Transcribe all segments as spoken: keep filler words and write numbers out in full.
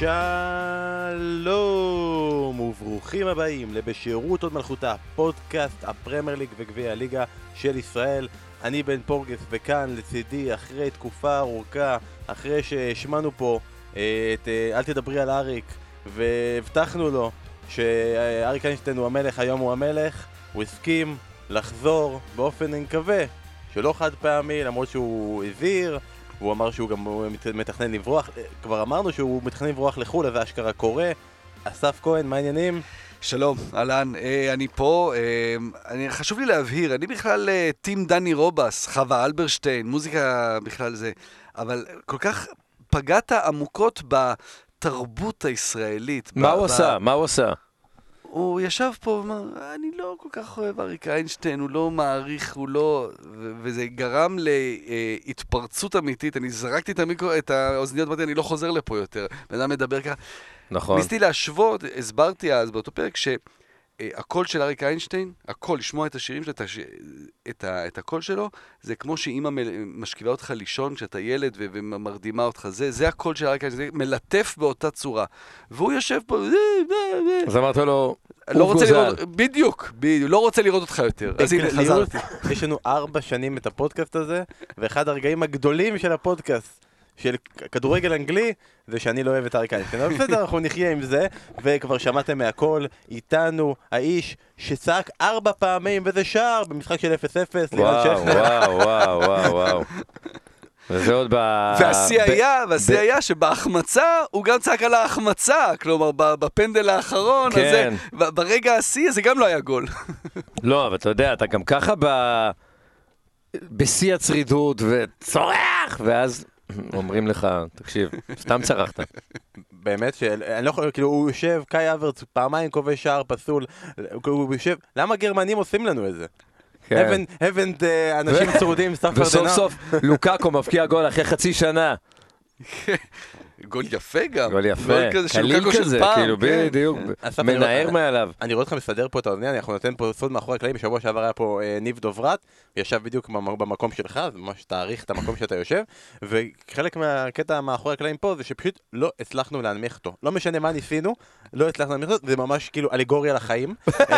שלום וברוכים הבאים לבשירות עוד מלכותה, פודקאסט הפרמייר ליג וגביע הליגה של ישראל. אני בן פורגס וכאן לצידי אחרי תקופה ארוכה, אחרי שהשמענו פה את אל תדברי על אריק והבטחנו לו שאריק איינשטיין הוא המלך, היום הוא המלך. הוא הסכים לחזור באופן נקווה שלא חד פעמי, למרות שהוא הזהיר. הוא אמר שהוא גם מתכנן לברוח, כבר אמרנו שהוא מתכנן לברוח לחול, אז אשכרה קורה. אסף כהן, מה העניינים? שלום, אהלן, אני פה, אני, חשוב לי להבהיר, אני בכלל טים דני רובס, חווה אלברשטיין, מוזיקה בכלל זה, אבל כל כך פגעת עמוקות בתרבות הישראלית. מה ב- הוא ב- עשה? מה הוא עשה? הוא ישב פה ואמר, אני לא כל כך אוהב אריק איינשטיין, הוא לא מעריך, הוא לא... ו- וזה גרם להתפרצות אמיתית. אני זרקתי את, המיקרו, את האוזניות, אמרתי, אני לא חוזר לפה יותר. בן אדם מדבר ככה. נכון. ניסיתי להשוות, הסברתי אז באותו פרק, שהקול של אריק איינשטיין, הקול, לשמוע את השירים שלו, את, הש... את, ה... את הקול שלו, זה כמו שאמא משכיבה אותך לישון כשאתה ילד ו... ומרדימה אותך. זה, זה הקול של אריק איינשטיין, מלטף באותה צורה. והוא יושב פה... אז אמרת לו, לא רוצה לראות, בדיוק, בדיוק, לא רוצה לראות אותך יותר. אז הנה, חזרתי. יש לנו ארבע שנים את הפודקאסט הזה, ואחד הרגעים הגדולים של הפודקאסט של כדורגל אנגלי זה שאני לא אוהב את אריק איינשטיין. אבל בסדר, אנחנו נחיה עם זה, וכבר שמעתם מהכל, איתנו האיש שצעק ארבע פעמים וזה שער במשחק של אפס אפס. וואו, וואו, וואו, וואו, וואו. וזה עוד ב... והשיא היה, והשיא היה שבהחמצה הוא גם צעק על ההחמצה, כלומר בפנדל האחרון, כן. ברגע השיא זה גם לא היה גול. לא, אבל אתה יודע, אתה גם ככה ב... בשיא הצרידות וצורח, ואז אומרים לך, תקשיב, סתם צרחת. באמת שאני לא יכול, כאילו הוא יושב, קאי אברץ פעמיים כובש שער פסול, הוא יושב, למה גרמנים עושים לנו את זה? הבנט אנשים צרודים, סטאפ פרדנר. וסוף סוף לוקאקו מבקיע גול אחרי חצי שנה. גול יפה גם. גול יפה, קליל כזה, כאילו בדיוק, מנער מעליו. אני רואה אותך מסדר פה את האוזניה, אנחנו נותן פה סוד מאחורי הקלעים, בשבוע שעבר היה פה ניב דוברת, ישב בדיוק במקום שלך, זה ממש תאריך את המקום שאתה יושב, וחלק מהקטע מאחורי הקלעים פה זה שפשוט לא הצלחנו להנמיך אותו. לא משנה מה ניסינו, לא הצלחנו להנמיך אותו, זה ממש כאילו אלגוריה לחיים.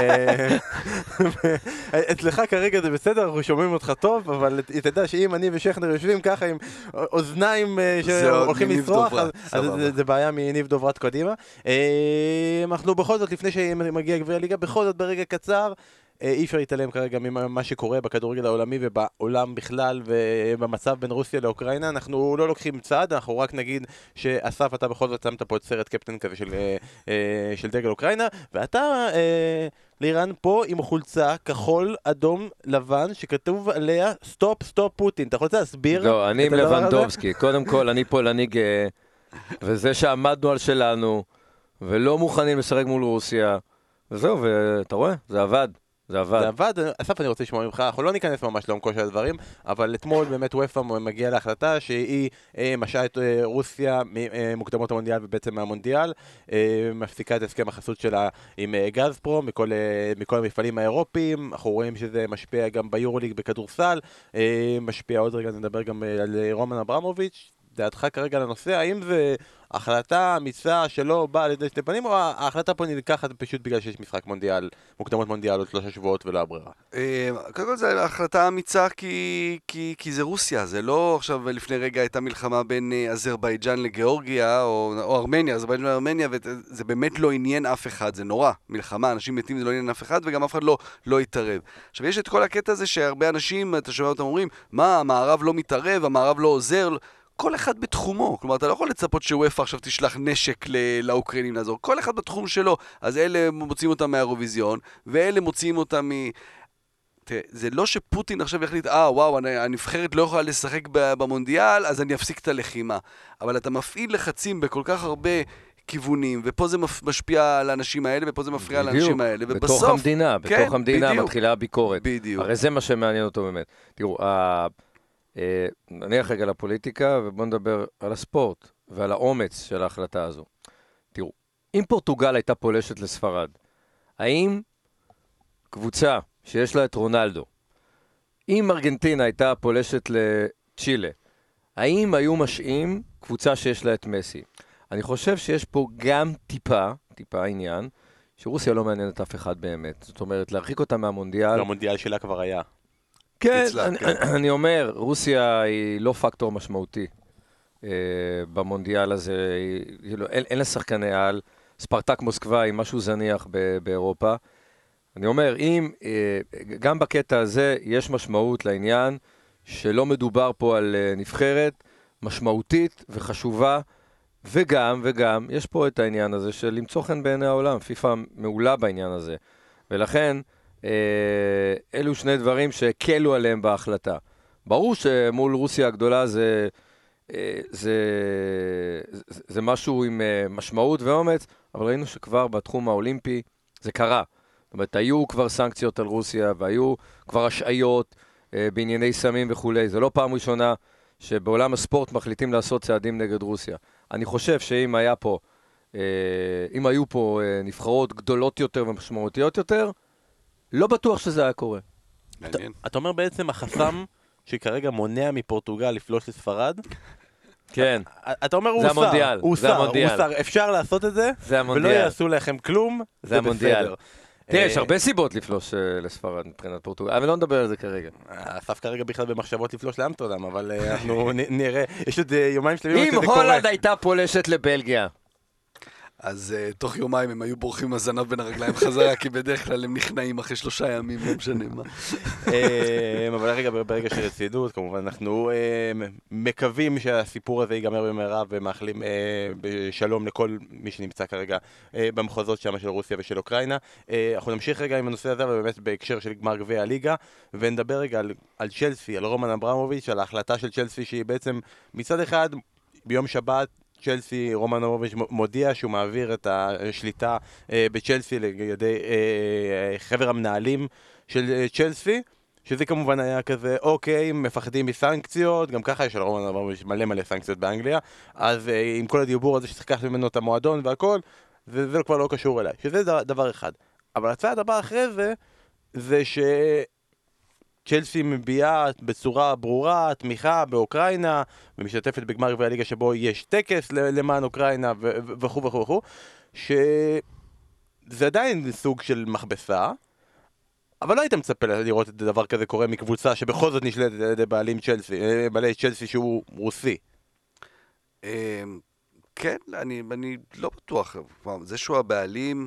אצלך כרגע זה בסדר, אנחנו שומעים אותך טוב, אבל תדע שאם אני ושכנר יושבים ככה עם אוזניים שהולכים לסרוח, אז זה בעיה מניב דוברת קדימה. אנחנו בכל זאת, לפני שמגיע גביע הליגה, בכל זאת ברגע קצר, אי אפשר להתעלם כרגע ממה שקורה בכדורגל העולמי ובעולם בכלל ובמצב בין רוסיה לאוקראינה. אנחנו לא לוקחים צעד, אנחנו רק נגיד שאסף, אתה בכל זאת שמת פה את סרט קפטן כזה של, של דגל אוקראינה, ואתה לירן פה עם חולצה כחול, אדום, לבן, שכתוב עליה סטופ, סטופ פוטין. אתה יכול להסביר? לא, אני עם לבנדובסקי. קודם כל, אני פולני גאה, וזה שעמדנו על שלנו, ולא מוכנים לשחק מול רוסיה, וזהו, ואתה רואה, זה עבד. זה עבד. זה עבד. אסף, אני רוצה לשמוע ממך, אנחנו לא ניכנס ממש לעומקו של הדברים, אבל אתמול באמת וופא מגיע להחלטה שהיא משעה את רוסיה ממוקדמות המונדיאל ובעצם מהמונדיאל, מפסיקה את הסכם החסות שלה עם גזפרום, מכל, מכל המפעלים האירופיים. אנחנו רואים שזה משפיע גם ביורוליג בכדורסל, משפיע עוד רגע, נדבר גם על רומן אברמוביץ'. דעתך כרגע לנושא, האם זה החלטה אמיצה שלא באה על ידי שני פנים, או ההחלטה פה נלקחת פשוט בגלל שיש משחק מונדיאל, מוקדמות מונדיאל עוד שלושה שבועות ולא הברירה? קודם כל זו החלטה אמיצה כי, כי, כי זה רוסיה, זה לא עכשיו לפני רגע הייתה מלחמה בין אזרבייג'אן לגיאורגיה, או, או ארמניה, אזרבייג'אן לארמניה, וזה באמת לא עניין אף אחד, זה נורא, מלחמה, אנשים מתים, זה לא עניין אף אחד, וגם אף אחד לא, לא יתערב. עכשיו יש את כל הקטע הזה שהרבה אנשים, אתה שומע אותם אומרים, מה, המערב לא מתערב, המערב לא עוזר, כל אחד בתחומו, כלומר אתה לא יכול לצפות שוופא עכשיו תשלח נשק לאוקראינים לעזור, כל אחד בתחום שלו, אז אלה מוצאים אותם מהאירוויזיון, ואלה מוצאים אותם מ... תראה, זה לא שפוטין עכשיו יחליט, אה וואו, הנבחרת לא יכולה לשחק במונדיאל, אז אני אפסיק את הלחימה, אבל אתה מפעיל לחצים בכל כך הרבה כיוונים, ופה זה משפיע על האנשים האלה, ופה זה מפריע על האנשים האלה, ובסוף... בתוך המדינה, כן, בתוך המדינה בדיוק. מתחילה הביקורת. בדיוק. הרי זה מה שמעניין אותו באמת. תראו, ה... נניח רגע לפוליטיקה, ובואו נדבר על הספורט ועל האומץ של ההחלטה הזו. תראו, אם פורטוגל הייתה פולשת לספרד, האם קבוצה שיש לה את רונלדו, אם ארגנטינה הייתה פולשת לצ'ילה, האם היו משאים קבוצה שיש לה את מסי? אני חושב שיש פה גם טיפה, טיפה עניין, שרוסיה לא מעניינת אף אחד באמת. זאת אומרת, להרחיק אותה מהמונדיאל. המונדיאל שלה כבר היה. כן, אני, כן. אני אומר, רוסיה היא לא פקטור משמעותי אה, במונדיאל הזה. היא, לא, אין, אין לה שחקני על. ספרטק מוסקבה היא משהו זניח ב, באירופה. אני אומר, אם אה, גם בקטע הזה יש משמעות לעניין שלא מדובר פה על אה, נבחרת משמעותית וחשובה, וגם, וגם, יש פה את העניין הזה של למצוא חן בעיני העולם. פיפה מעולה בעניין הזה. ולכן, אה, אלו שני דברים שהקלו עליהם בהחלטה. ברור שמול רוסיה הגדולה זה, אה, זה, זה, זה משהו עם אה, משמעות ואומץ, אבל ראינו שכבר בתחום האולימפי זה קרה. זאת אומרת, היו כבר סנקציות על רוסיה, והיו כבר השעיות אה, בענייני סמים וכו'. זה לא פעם ראשונה שבעולם הספורט מחליטים לעשות צעדים נגד רוסיה. אני חושב שאם היה פה, אה, אם היו פה אה, נבחרות גדולות יותר ומשמעותיות יותר, לא בטוח שזה היה קורה. מעניין. אתה, אתה אומר בעצם החסם שכרגע מונע מפורטוגל לפלוש לספרד? כן. אתה אומר הוא שר. זה המונדיאל. הוא שר, הוא שר. אפשר לעשות את זה, זה המונדיאל. ולא יעשו לכם כלום, זה המונדיאל. תראה, יש הרבה סיבות לפלוש לספרד מבחינת פורטוגל, אבל לא נדבר על זה כרגע. אסף כרגע בכלל במחשבות לפלוש לאמסטרדם, אבל אנחנו נראה, יש עוד יומיים שלמים שזה קורה. אם הולנד הייתה פולשת לבלגיה. אז תוך יומיים הם היו בורחים הזנב בין הרגליים חזרה, כי בדרך כלל הם נכנעים אחרי שלושה ימים, לא משנה מה. אבל רגע, ברגע של רצינות, כמובן, אנחנו מקווים שהסיפור הזה ייגמר במהרה, ומאחלים בשלום לכל מי שנמצא כרגע במחוזות שם של רוסיה ושל אוקראינה. אנחנו נמשיך רגע עם הנושא הזה, ובאמת בהקשר של גמר גביע הליגה, ונדבר רגע על צ'לסי, על רומן אברמוביץ', על ההחלטה של צ'לסי, שהיא בעצם מצד אחד, ביום שבת, צ'לסי, רומן אברמוביץ' מודיע שהוא מעביר את השליטה בצ'לסי לידי חבר המנהלים של צ'לסי, שזה כמובן היה כזה, אוקיי, מפחדים מסנקציות, גם ככה יש על רומן אברמוביץ' מלא מלא סנקציות באנגליה, אז עם כל הדיבור הזה שצריך ממנו את המועדון והכל, זה, זה כבר לא קשור אליי, שזה דבר אחד. אבל הצעד הבא אחרי זה, זה ש... צ'לסי מביעה בצורה ברורה תמיכה באוקראינה ומשתתפת בגמר גביע הליגה שבו יש טקס למען אוקראינה וכו' וכו' וכו', שזה עדיין סוג של מכבסה, אבל לא היית מצפה לראות את דבר כזה קורה מקבוצה שבכל זאת נשלטת על ידי בעלים צ'לסי, בעלי צ'לסי שהוא רוסי. כן, אני לא בטוח, זה שהוא הבעלים...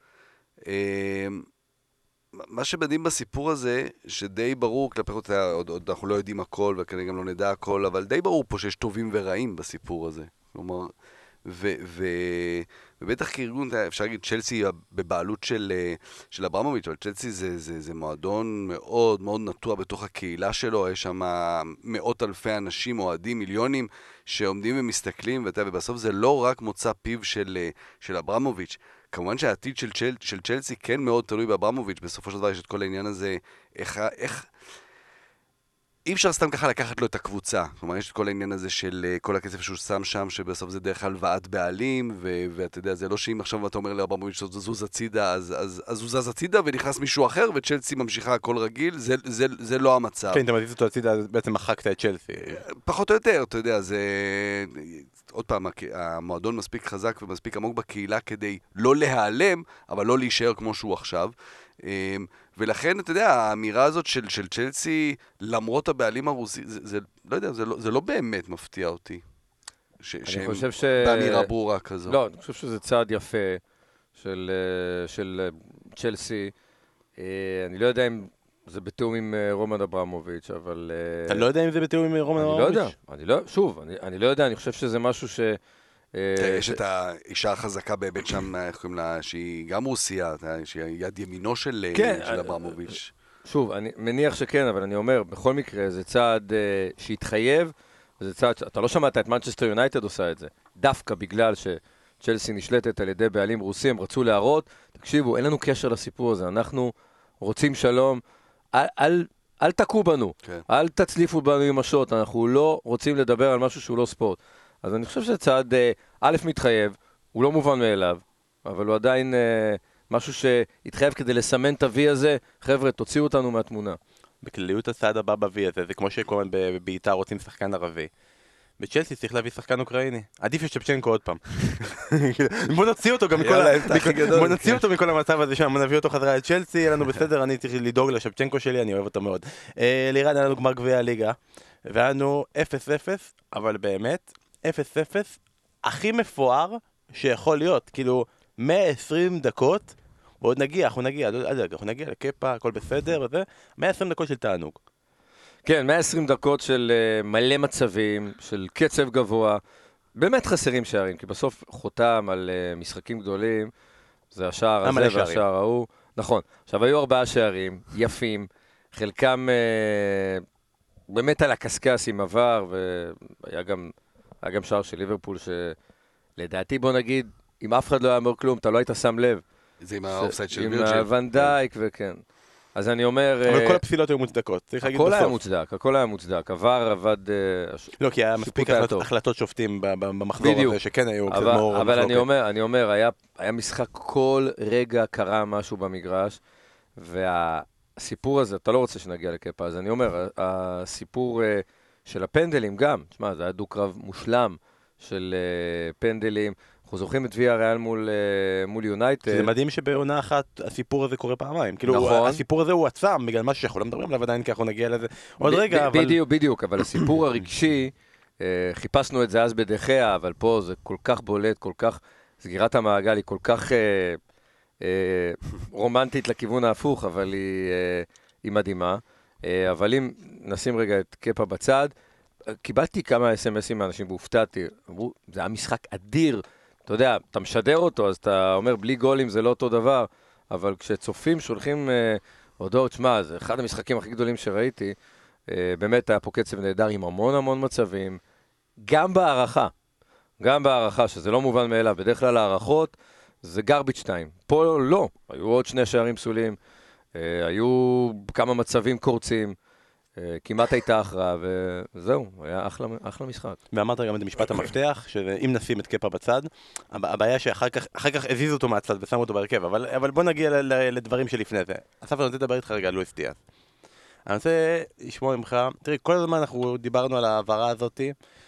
מה שמדהים בסיפור הזה, שדי ברור, כלפי אותה, עוד, עוד אנחנו לא יודעים הכל, וכנראה גם לא נדע הכל, אבל די ברור פה שיש טובים ורעים בסיפור הזה. כלומר, ו, ו, ובטח כארגון, אפשר להגיד, צ'לסי בבעלות של, של אברמוביץ', אבל צ'לסי זה, זה, זה מועדון מאוד מאוד נטוע בתוך הקהילה שלו, יש שם מאות אלפי אנשים, אוהדים, מיליונים, שעומדים ומסתכלים, ובסוף זה לא רק מוצא פיו של, של אברמוביץ', כמובן שהעתיד של, צ'ל, של צ'לסי כן מאוד תלוי באברמוביץ', בסופו של דבר יש את כל העניין הזה, איך, איך... אי אפשר סתם ככה לקחת לו את הקבוצה, כלומר יש את כל העניין הזה של כל הכסף שהוא שם שם, שבסוף זה דרך הלוואת בעלים, ו- ואתה יודע, זה לא שאם עכשיו אתה אומר לאברמוביץ' זוז הצידה, אז, אז, אז הוא זז הצידה ונכנס מישהו אחר, וצ'לסי ממשיכה הכל רגיל, זה, זה, זה לא המצב. כן, אתה מזיז אותו הצידה, אז בעצם מחקת את צ'לסי. פחות או יותר, אתה יודע, זה... עוד פעם, המועדון מספיק חזק ומספיק עמוק בקהילה כדי לא להיעלם, אבל לא להישאר כמו שהוא עכשיו. ולכן, אתה יודע, האמירה הזאת של, של צ'לסי, למרות הבעלים הרוסי, זה, זה, לא יודע, זה לא, זה לא באמת מפתיע אותי. ש, אני חושב ש... באמירה ברורה כזו. לא, אני חושב שזה צעד יפה של, של צ'לסי. אני לא יודע אם זה בתיאום עם רומן אברמוביץ', אבל... אתה לא יודע אם זה בתיאום עם רומן אברמוביץ'? אני לא יודע, אני לא, שוב, אני, אני לא יודע, אני חושב שזה משהו ש... יש את האישה החזקה בהיבט שם, איך קוראים לה, שהיא גם רוסיה, שהיא יד ימינו של אברמוביץ'. שוב, אני מניח שכן, אבל אני אומר, בכל מקרה, זה צעד שהתחייב, זה צעד, אתה לא שמעת את מנצ'סטר יונייטד עושה את זה, דווקא בגלל שצ'לסי נשלטת על ידי בעלים רוסים, רצו להראות, תקשיבו, אין לנו קשר לסיפור הזה, אנחנו רוצים שלום, אל, אל, אל תקעו בנו, כן. אל תצליפו בנו עם השוט, אנחנו לא רוצים לדבר על משהו שהוא לא ספורט. אז אני חושב שזה צעד א' מתחייב, הוא לא מובן מאליו, אבל הוא עדיין משהו שהתחייב כדי לסמן את ה-V הזה, חבר'ה, תוציאו אותנו מהתמונה. בכלליות הצעד הבא ב-V הזה, זה כמו שכמובן בבעיטה רוצים שחקן ערבי. בצ'לסי צריך להביא שחקן אוקראיני. עדיף ששפצ'נקו עוד פעם. בוא נוציא אותו גם מכל המצב הזה שם, נביא אותו חזרה לצ'לסי, יהיה לנו בסדר, אני צריך לדאוג לשפצ'נקו שלי, אני אוהב אותו מאוד. לירן, היה לנו גמר גביע הליגה, והיה לנו אפס אפס, אבל באמת, אפס אפס, הכי מפואר שיכול להיות, כאילו, מאה ועשרים דקות, ועוד נגיע, אנחנו נגיע, אנחנו נגיע לקפה, הכל בסדר, וזה, מאה ועשרים דקות של תענוג. כן, מאה ועשרים דקות של uh, מלא מצבים, של קצב גבוה, באמת חסרים שערים, כי בסוף חותם על uh, משחקים גדולים, זה השער הזה והשער ההוא. נכון. עכשיו, היו ארבעה שערים, יפים, חלקם uh, באמת על הקסקס עם עבר, והיה גם, היה גם שער של ליברפול, שלדעתי, בוא נגיד, אם אף אחד לא היה אומר כלום, אתה לא היית שם לב. זה עם האופסייד של וירג'יל. עם ונדייק וכן. אז אני אומר... אבל כל הפסילות היו מוצדקות, צריך להגיד בסוף. הכל היה מוצדק, הכל היה מוצדק. עבר עבד... לא, כי היה מספיק החלטות שופטים במחזור הזה, שכן היו קצת מאור. אבל אני אומר, אני אומר, היה משחק כל רגע קרה משהו במגרש, והסיפור הזה, אתה לא רוצה שנגיע לקפה, אז אני אומר, הסיפור של הפנדלים גם, תשמע, זה היה דו-קרב מושלם של פנדלים, אנחנו זוכרים את ויה ריאל מול, מול יונייטד. זה מדהים שבעונה אחת הסיפור הזה קורה פעמיים. כאילו, נכון. הסיפור הזה הוא עצם, בגלל משהו שאנחנו לא מדברים עליו עדיין, כי אנחנו נגיע לזה עוד ב- רגע, ב- אבל... בדיוק, בדיוק, אבל הסיפור הרגשי, חיפשנו את זה אז בדחיה, אבל פה זה כל כך בולט, כל כך, סגירת המעגל היא כל כך אה, אה, רומנטית לכיוון ההפוך, אבל היא, אה, היא מדהימה. אה, אבל אם נשים רגע את קפה בצד, קיבלתי כמה אס אם אסים מאנשים והופתעתי, אמרו, זה היה משחק אדיר, אתה יודע, אתה משדר אותו, אז אתה אומר, בלי גולים זה לא אותו דבר, אבל כשצופים שולחים אה, הודעות, שמה, זה אחד המשחקים הכי גדולים שראיתי, אה, באמת היה פה קצב נהדר עם המון המון מצבים, גם בהערכה, גם בהערכה, שזה לא מובן מאליו, בדרך כלל הערכות זה גרביץ' טיים, פה לא, היו עוד שני שערים פסולים, אה, היו כמה מצבים קורצים, כמעט הייתה הכרעה, וזהו, היה אחלה, אחלה משחק. ואמרת גם את משפט המפתח, שאם נשים את קפה בצד, הבעיה שאחר כך, אחר כך הזיזו אותו מהצד ושמו אותו בהרכב, אבל, אבל בוא נגיע ל, ל, לדברים שלפני זה. אסף, אני רוצה לדבר איתך רגע על לואיס דיאז. אני רוצה לשמוע ממך, תראי, כל הזמן אנחנו דיברנו על העברה הזאת,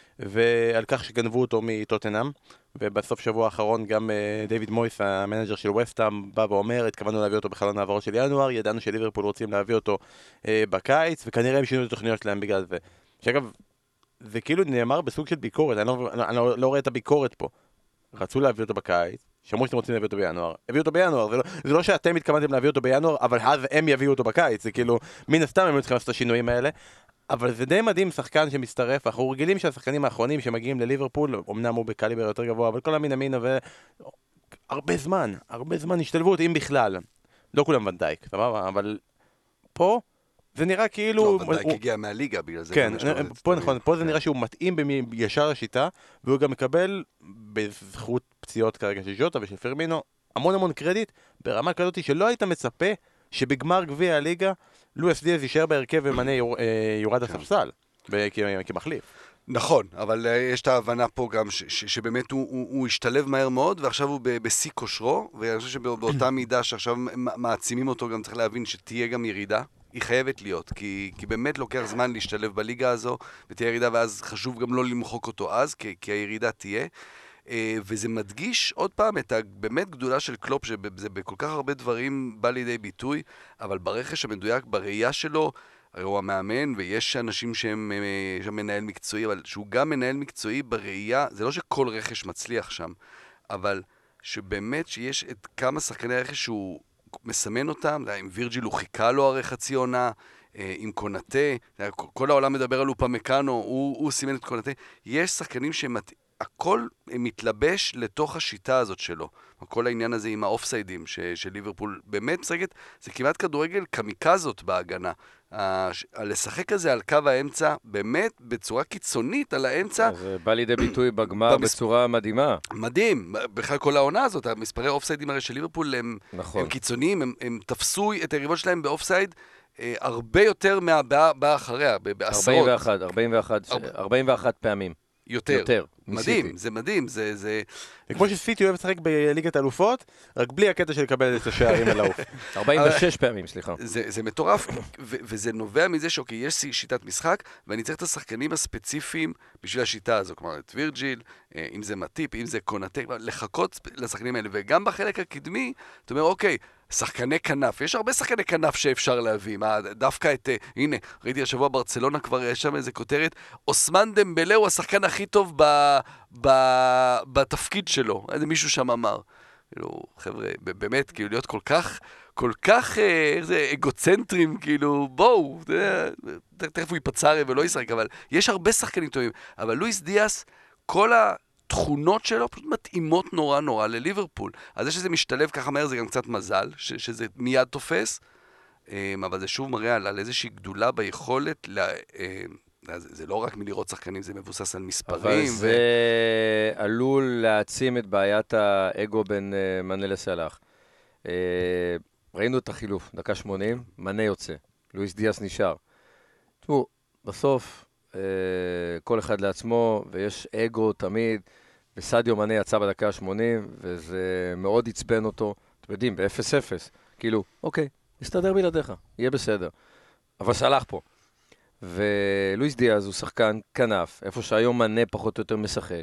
ועל כך שגנבו אותו מטוטנהאם, ובסוף שבוע האחרון גם uh, דיוויד מויס, המנג'ר של ווסטהאם, בא ואומר, התכוונו להביא אותו בחלון העברות של ינואר, ידענו שליברפול רוצים להביא אותו uh, בקיץ, וכנראה הם שינו את התוכניות שלהם בגלל זה. שאגב, זה כאילו נאמר בסוג של ביקורת, אני לא, אני לא, לא רואה את הביקורת פה. רצו להביא אותו בקיץ, שמעו שאתם רוצים להביא אותו בינואר, הביאו אותו בינואר, זה לא, זה לא שאתם התכוונתם להביא אותו בינואר, אבל אז הם יביאו אותו בקיץ, זה כאילו, מן הסתם הם צריכים לעשות את השינויים האלה. אבל זה די מדהים, שחקן שמצטרף, אנחנו רגילים שהשחקנים האחרונים שמגיעים לליברפול, אמנם הוא בקליבר יותר גבוה, אבל כל המין אמינה והרבה זמן, הרבה זמן השתלבות, אם בכלל. לא כולם ונדייק, סבבה? אבל פה זה נראה כאילו... לא, ונדייק הגיע מהליגה בגלל זה. כן, פה נכון, פה זה נראה שהוא מתאים ישר לשיטה, והוא גם מקבל בזכות פציעות כרגע של ז'וטה ושל פרמינו, המון המון קרדיט, ברמה כזאת שלא היית מצפה שבגמר גביע הליגה לואיס דיאז יישאר בהרכב ומנה יורד הספסל כמחליף. נכון, אבל יש את ההבנה פה גם שבאמת הוא השתלב מהר מאוד, ועכשיו הוא בשיא כושרו, ואני חושב שבאותה מידה שעכשיו מעצימים אותו, גם צריך להבין שתהיה גם ירידה. היא חייבת להיות, כי, כי באמת לוקח זמן להשתלב בליגה הזו, ותהיה ירידה, ואז חשוב גם לא למחוק אותו אז, כי, כי הירידה תהיה. וזה מדגיש עוד פעם את הבאמת גדולה של קלופ, שזה בכל כך הרבה דברים בא לידי ביטוי, אבל ברכש המדויק, בראייה שלו, הרי הוא המאמן, ויש אנשים שהם מנהל מקצועי, אבל שהוא גם מנהל מקצועי בראייה, זה לא שכל רכש מצליח שם, אבל שבאמת שיש את כמה שחקני רכש שהוא מסמן אותם, עם וירג'יל הוא חיכה לו הרי חצי עונה, עם קונטה, כל העולם מדבר על אופמקאנו, הוא, הוא סימן את קונטה, יש שחקנים שמת... הכל מתלבש לתוך השיטה הזאת שלו. כל העניין הזה עם האופסיידים ש... של ליברפול באמת משחקת, זה כמעט כדורגל קמיקזות בהגנה. ה... לשחק הזה על קו האמצע, באמת בצורה קיצונית על האמצע. זה בא לידי ביטוי בגמר במס... בצורה מדהימה. מדהים, בכלל כל העונה הזאת, המספרי האופסיידים הרי של ליברפול הם, נכון. הם קיצוניים, הם, הם תפסו את היריבות שלהם באופסייד, אה, הרבה יותר מהבאה אחריה, בעשרות. ארבעים ואחת, ארבעים ואחת, ארבעים ואחת פעמים. יותר. יותר. מדהים, זה מדהים, זה... זה... וכמו שסיטי אוהב לשחק בליגת האלופות, רק בלי הקטע של לקבל את השערים לעוף. ארבעים ושש פעמים, סליחה. זה, זה מטורף, ו- וזה נובע מזה שאוקיי, יש שיטת משחק, ואני צריך את השחקנים הספציפיים בשביל השיטה הזו, כלומר, את וירג'יל, אם זה מטיפ, אם זה קונטק, לחכות לשחקנים האלה, וגם בחלק הקדמי, אתה אומר, אוקיי, שחקני כנף, יש הרבה שחקני כנף שאפשר להביא, מה, דווקא את, הנה, ראיתי השבוע ברצלונה כבר, יש שם איזה כותרת, אוסמן דמבלה הוא השחקן הכי טוב ב, ב, בתפקיד שלו, איזה מישהו שם אמר. כאילו, חבר'ה, באמת, כאילו, להיות כל כך, כל כך, איך זה, אגוצנטרים, כאילו, בואו, תכף הוא ייפצע ולא ישחק, אבל יש הרבה שחקנים טובים, אבל לואיס דיאס, כל התכונות שלו פשוט מתאימות נורא נורא לליברפול. אז זה שזה משתלב ככה מהר, זה גם קצת מזל, ש- שזה מיד תופס, אבל זה שוב מראה על, על איזושהי גדולה ביכולת, לה, זה, זה לא רק מלראות שחקנים, זה מבוסס על מספרים. אבל זה ו... עלול להעצים את בעיית האגו בין uh, מנה לסלאח. Uh, ראינו את החילוף, דקה שמונים, מנה יוצא, לואיס דיאס נשאר. תראו, בסוף, uh, כל אחד לעצמו, ויש אגו תמיד, וסדיו מנה יצא בדקה שמונים, וזה מאוד עצבן אותו. אתם יודעים, ב-אפס אפס, כאילו, אוקיי, נסתדר בלעדיך, יהיה בסדר. אבל סלאח פה. ולואיס דיאז הוא שחקן כנף, איפה שהיום מנה פחות או יותר משחק.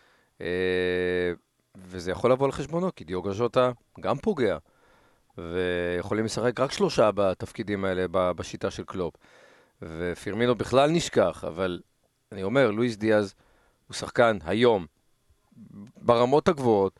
וזה יכול לבוא על חשבונו, כי דיוגו ז'וטה גם פוגע. ויכולים לשחק רק שלושה בתפקידים האלה, בשיטה של קלופ. ופירמינו בכלל נשכח, אבל אני אומר, לואיס דיאז הוא שחקן היום ברמות הגבוהות,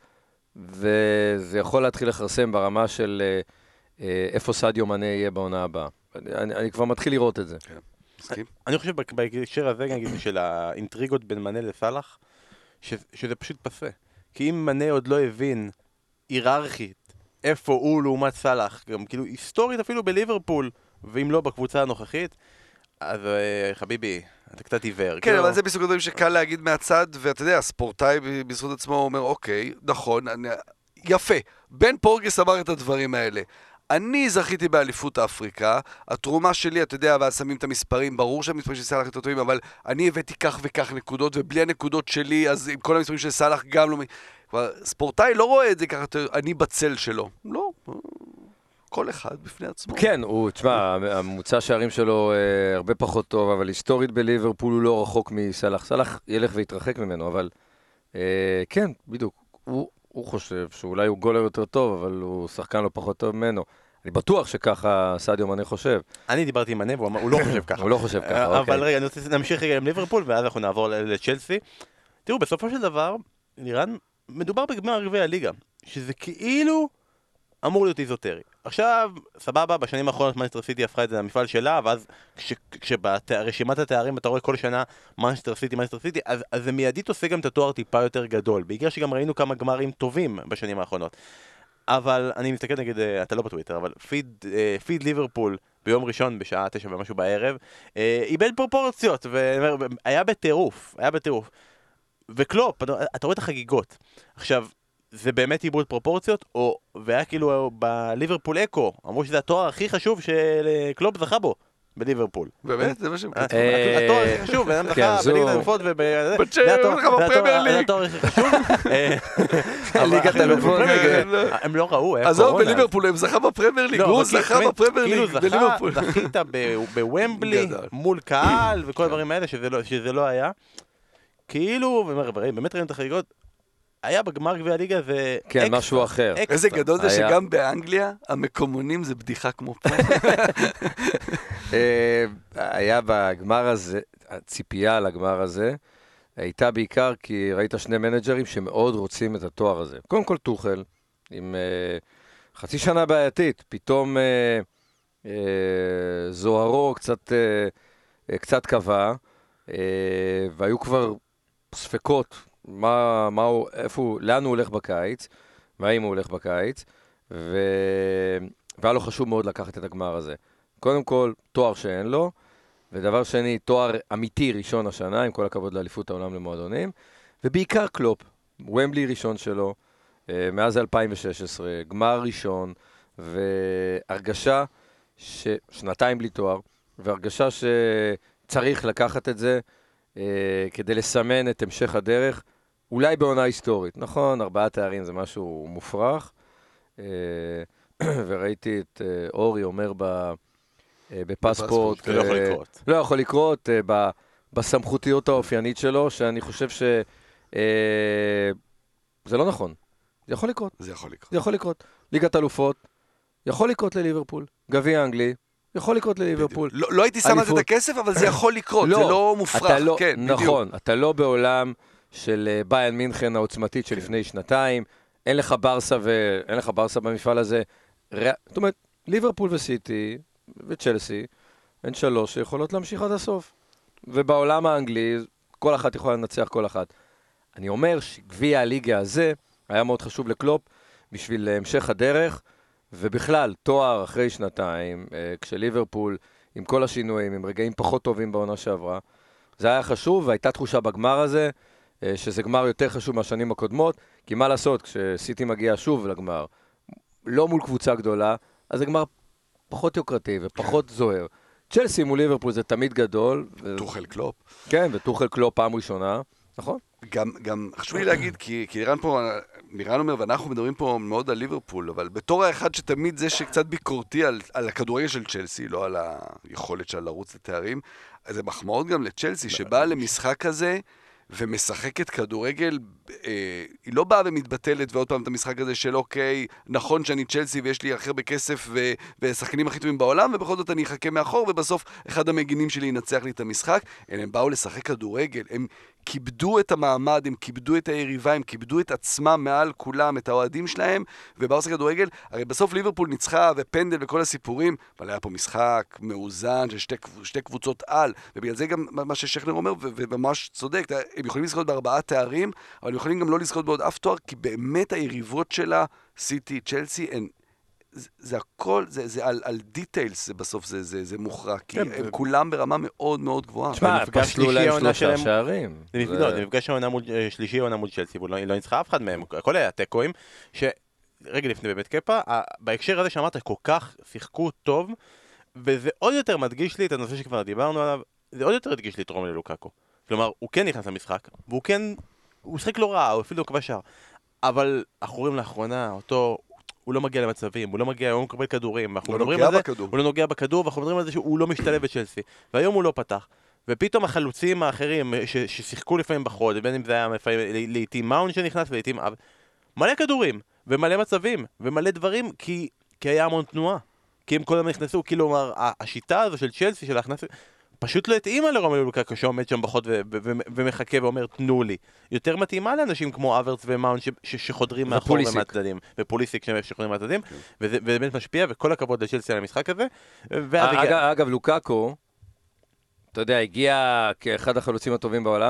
וזה יכול להתחיל לחרסם ברמה של איפה סדיו מנה יהיה בעונה הבאה. אני, אני כבר מתחיל לראות את זה. כן. מסכים? אני חושב בהקשר הזה, נגיד, של האינטריגות בין מנה לסלאח, שזה פשוט פסה. כי אם מנה עוד לא הבין היררכית איפה הוא לעומת סלאח, גם כאילו היסטורית אפילו בליברפול, ואם לא בקבוצה הנוכחית, אז חביבי, אתה קצת עיוור. כן, אבל זה בסוג הדברים שקל להגיד מהצד, ואתה יודע, הספורטאי בזכות עצמו אומר, אוקיי, נכון, יפה, בן פורגס אמר את הדברים האלה. אני זכיתי באליפות אפריקה, התרומה שלי, אתה יודע, ואז שמים את המספרים, ברור שהמספרים של סלאח יותר טובים, אבל אני הבאתי כך וכך נקודות, ובלי הנקודות שלי, אז עם כל המספרים של סלאח גם לא... כבר, ספורטאי לא רואה את זה ככה, אני בצל שלו. לא, כל אחד בפני עצמו. כן, הוא, תשמע, הממוצע שערים שלו אה, הרבה פחות טוב, אבל היסטורית בליברפול הוא לא רחוק מסלאח. סלאח ילך ויתרחק ממנו, אבל אה, כן, בדיוק, הוא... הוא חושב שאולי הוא גולר יותר טוב, אבל הוא שחקן לא פחות טוב ממנו. אני בטוח שככה סדיו מנה חושב. אני דיברתי עם מנה, והוא לא חושב ככה. הוא לא חושב ככה, אוקיי. אבל רגע, אני רוצה להמשיך רגע עם ליברפול, ואז אנחנו נעבור לצ'לסי. תראו, בסופו של דבר, לירן, מדובר בגמר גביע הליגה, שזה כאילו אמור להיות איזוטרי. עכשיו, סבבה, בשנים האחרונות מנצ'סטר סיטי הפכה את זה למפעל שלה, ואז כשברשימת התארים אתה רואה כל שנה מנצ'סטר סיטי, מנצ'סטר סיטי, אז, אז זה מיידית עושה גם את התואר טיפה יותר גדול, בגלל שגם ראינו כמה גמרים טובים בשנים האחרונות. אבל אני מסתכל נגיד, אתה לא בטוויטר, אבל פיד, פיד ליברפול ביום ראשון בשעה תשע ומשהו בערב, איבד פרופורציות, והיה בטירוף, היה בטירוף. וקלופ, אתה רואה את החגיגות. עכשיו, זה באמת איבוד פרופורציות, או, והיה כאילו בליברפול אקו, אמרו שזה התואר הכי חשוב שקלופ זכה בו, בליברפול. באמת? זה מה שהם כתוב. התואר הכי חשוב, ואין זכה בליגת האלופות וב... זה התואר הכי חשוב. ליגת האלופות. הם לא ראו, היה עזוב, בליברפול, הם זכה בפרמייר ליג, הוא זכה בפרמייר ליג, בליברפול. כאילו זכית בוומבלי, מול קהל, וכל הדברים האלה, שזה לא היה. כאילו, באמת ראינו את החגיגות, היה בגמר גביע הליגה זה... כן, משהו אחר. איזה גדול זה שגם באנגליה המקומונים זה בדיחה כמו פה. היה בגמר הזה, הציפייה לגמר הזה, הייתה בעיקר כי ראית שני מנג'רים שמאוד רוצים את התואר הזה. קודם כל טוחל, עם חצי שנה בעייתית, פתאום זוהרו קצת קבע, והיו כבר ספקות, מה, מה הוא, איפה הוא, לאן הוא הולך בקיץ, והאם הוא הולך בקיץ, ו... והיה לו חשוב מאוד לקחת את הגמר הזה. קודם כל, תואר שאין לו, ודבר שני, תואר אמיתי ראשון השנה, עם כל הכבוד לאליפות העולם למועדונים, ובעיקר קלופ, ומבלי ראשון שלו, מאז אלפיים ושש עשרה, גמר ראשון, והרגשה, ש... שנתיים בלי תואר, והרגשה שצריך לקחת את זה, כדי לסמן את המשך הדרך, אולי בעונה היסטורית. נכון, ארבעה תארים זה משהו מופרך. וראיתי את אורי אומר בפספורט. זה לא יכול לקרות. לא יכול לקרות בסמכותיות האופיינית שלו, שאני חושב ש... זה לא נכון. זה יכול לקרות. זה יכול לקרות. זה יכול לקרות. ליגת אלופות, יכול לקרות לליברפול. גביע אנגלי, יכול לקרות לליברפול. לא, לא הייתי שם את הכסף, אבל זה יכול לקרות, לא, זה לא מופרך. לא, כן, נכון, בדיוק. אתה לא בעולם של ביין מינכן העוצמתית של לפני שנתיים, אין לך ברסה ואין לך ברסה במפעל הזה. זאת אומרת, ליברפול וסיטי וצ'לסי, הן שלוש שיכולות להמשיך עד הסוף. ובעולם האנגלי, כל אחת יכולה לנצח כל אחת. אני אומר שגביע הליגה הזה היה מאוד חשוב לקלופ בשביל המשך הדרך, ובכלל, תואר אחרי שנתיים, כשליברפול, עם כל השינויים, עם רגעים פחות טובים בעונה שעברה, זה היה חשוב, והייתה תחושה בגמר הזה, שזה גמר יותר חשוב מהשנים הקודמות, כי מה לעשות, כשסיטי מגיע שוב לגמר, לא מול קבוצה גדולה, אז זה גמר פחות יוקרתי ופחות זוהר. צ'לסי מול ליברפול זה תמיד גדול. טוחל קלופ. כן, וטוחל קלופ פעם ראשונה, נכון? גם, גם חשוב לי להגיד, כי, כי לירן פה, לירן אומר, ואנחנו מדברים פה מאוד על ליברפול, אבל בתור האחד שתמיד זה שקצת ביקורתי על, על הכדורגל של צ'לסי, לא על היכולת שלה לרוץ לתארים, אז זה מחמאות גם לצ'לסי, שבאה למשחק הזה, ומשחקת כדורגל, אה, היא לא באה ומתבטלת ועוד פעם את המשחק הזה של אוקיי, נכון שאני צ'לסי ויש לי הכי הרבה כסף ו- ושחקנים הכי טובים בעולם, ובכל זאת אני אחכה מאחור, ובסוף אחד המגינים שלי ינצח לי את המשחק. הם באו לשחק כדורגל, הם כיבדו את המעמד, הם כיבדו את היריבה, הם כיבדו את עצמם מעל כולם, את האוהדים שלהם, ובאו לשחק כדורגל. הרי בסוף ליברפול ניצחה ופנדל וכל הסיפורים, אבל היה פה משחק מאוזן של שתי, שתי קבוצות על, ובגלל זה גם מה ששכנר אומר, ו- וממש צודק, הם יכולים לזכות בארבעה תארים, אבל הם יכולים גם לא לזכות בעוד אף תואר, כי באמת היריבות שלה, סיטי, צ'לסי, הן... זה, זה הכל, זה, זה על, על דיטיילס, זה בסוף זה, זה, זה מוכרע, כי כן, הם ו... כולם ברמה מאוד מאוד גבוהה. תשמע, פסלו להם שלושה שערים. זה זה... זה מפגש העונה מול, שלישי העונה מול צ'לסי, והוא לא, לא ניצחה אף אחד מהם, הכל היה טקואים, שרגע לפני באמת קפה, בהקשר הזה שאמרת, כל כך שיחקו טוב, וזה עוד יותר מדגיש לי את הנושא שכבר דיברנו עליו, זה עוד יותר הדגיש לי את רומלו לוקאקו. כלומר, הוא כן נכנס למשחק, והוא כן, הוא שחק לא רע, הוא אפילו כבש שער. אבל אנחנו רואים לאחרונה, אותו, הוא לא מגיע למצבים, הוא לא מגיע, הוא מקבל כדורים, אנחנו מדברים על זה, הוא לא נוגע בכדור, ואנחנו מדברים על זה שהוא לא משתלב בצ'לסי. והיום הוא לא פתח. ופתאום החלוצים האחרים ש- ששיחקו לפעמים בחוד, בין אם זה היה לעתים מאון שנכנס ולעתים אב, מלא כדורים, ומלא מצבים, ומלא דברים, כי, כי היה המון תנועה. כי הם כל הזמן נכנסו, כאילו, השיטה הזו של צ'לסי, של ההכנס... פשוט לא התאימה לרומלו לוקאקו שעומד שם בחוד ו- ו- ו- ומחכה ואומר תנו לי. יותר מתאימה לאנשים כמו אברץ ומאון ש- ש- שחודרים מאחור ומהצדדים. ופוליסיק שחודרים מהצדדים. וזה באמת משפיע, וכל הכבוד לצ'לסי על המשחק הזה. אגב, אגב, לוקאקו, אתה יודע, הגיע כאחד החלוצים הטובים בעולם.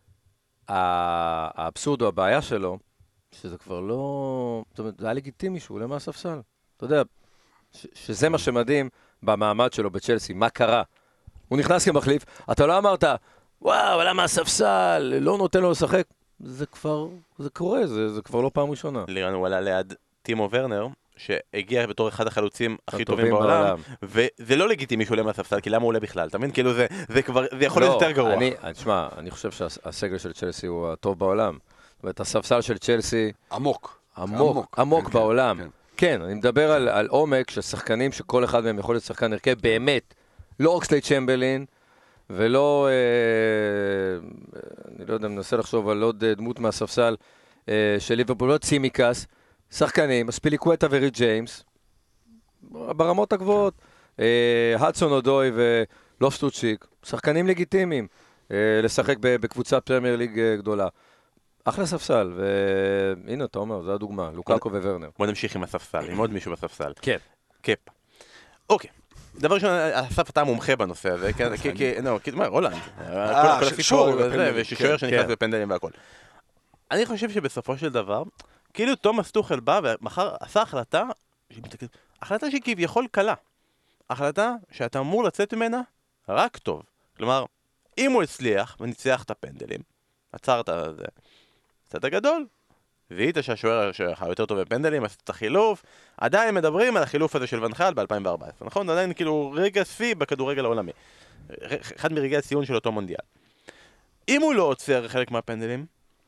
האבסורד או הבעיה שלו, שזה כבר לא... זאת אומרת, זה היה לגיטימי שהוא עולה מהספסל. אתה יודע, ש- שזה מה שמדהים במעמד שלו בצ'לסי. מה קרה? הוא נכנס כמחליף, אתה לא אמרת, וואו, למה הספסל, לא נותן לו לשחק. זה כבר, זה קורה, זה, זה כבר לא פעם ראשונה. לירן הוא עלה ליד טימו ורנר, שהגיע בתור אחד החלוצים הכי טובים בעולם, וזה לא לגיטימי שהוא עולה מהספסל, כי למה הוא עולה בכלל? אתה מבין? כאילו זה, זה כבר, זה יכול להיות יותר גרוע. אני, תשמע, אני חושב שהסגל של צ'לסי הוא הטוב בעולם. זאת אומרת, הספסל של צ'לסי... עמוק. עמוק, עמוק בעולם. כן, אני מדבר על עומק של שחקנים שכל אחד מהם יכול להיות שחקן הרכב באמת. לא אוקסלייד צ'מברלין, ולא, אה, אני לא יודע, מנסה לחשוב על עוד דמות מהספסל אה, של ליברפול, לא צימיקס, שחקנים, אספיליקווטה וריד ג'יימס, ברמות הגבוהות, אה, הדסון אודוי ולופסטוצ'יק, שחקנים לגיטימיים, אה, לשחק בקבוצה פרמייר ליג גדולה. אחלה ספסל, והנה אתה אומר, זו הדוגמה, לוקאקו וורנר. בוא נמשיך עם הספסל, עם עוד מישהו בספסל. כן. קפ. אוקיי. דבר ראשון, אסף אתה מומחה בנושא הזה, כי, לא, כי, מה, רולנד, כל הסיפור הזה, וששוער שנכנס בפנדלים והכל. אני חושב שבסופו של דבר, כאילו תומאס טוחל בא ומחר עשה החלטה, החלטה שהיא כביכול קלה. החלטה שאתה אמור לצאת ממנה רק טוב. כלומר, אם הוא הצליח וניצח את הפנדלים, עצר את זה, קצת הגדול, והיית שהשוער שלך יותר טוב בפנדלים, עשית את החילוף, עדיין מדברים על החילוף הזה של ונחל ב-אלפיים וארבע עשרה, נכון? עדיין כאילו רגע שיא בכדורגל העולמי. אחד מרגעי הציון של אותו מונדיאל. אם הוא לא עוצר חלק מהפנדלים,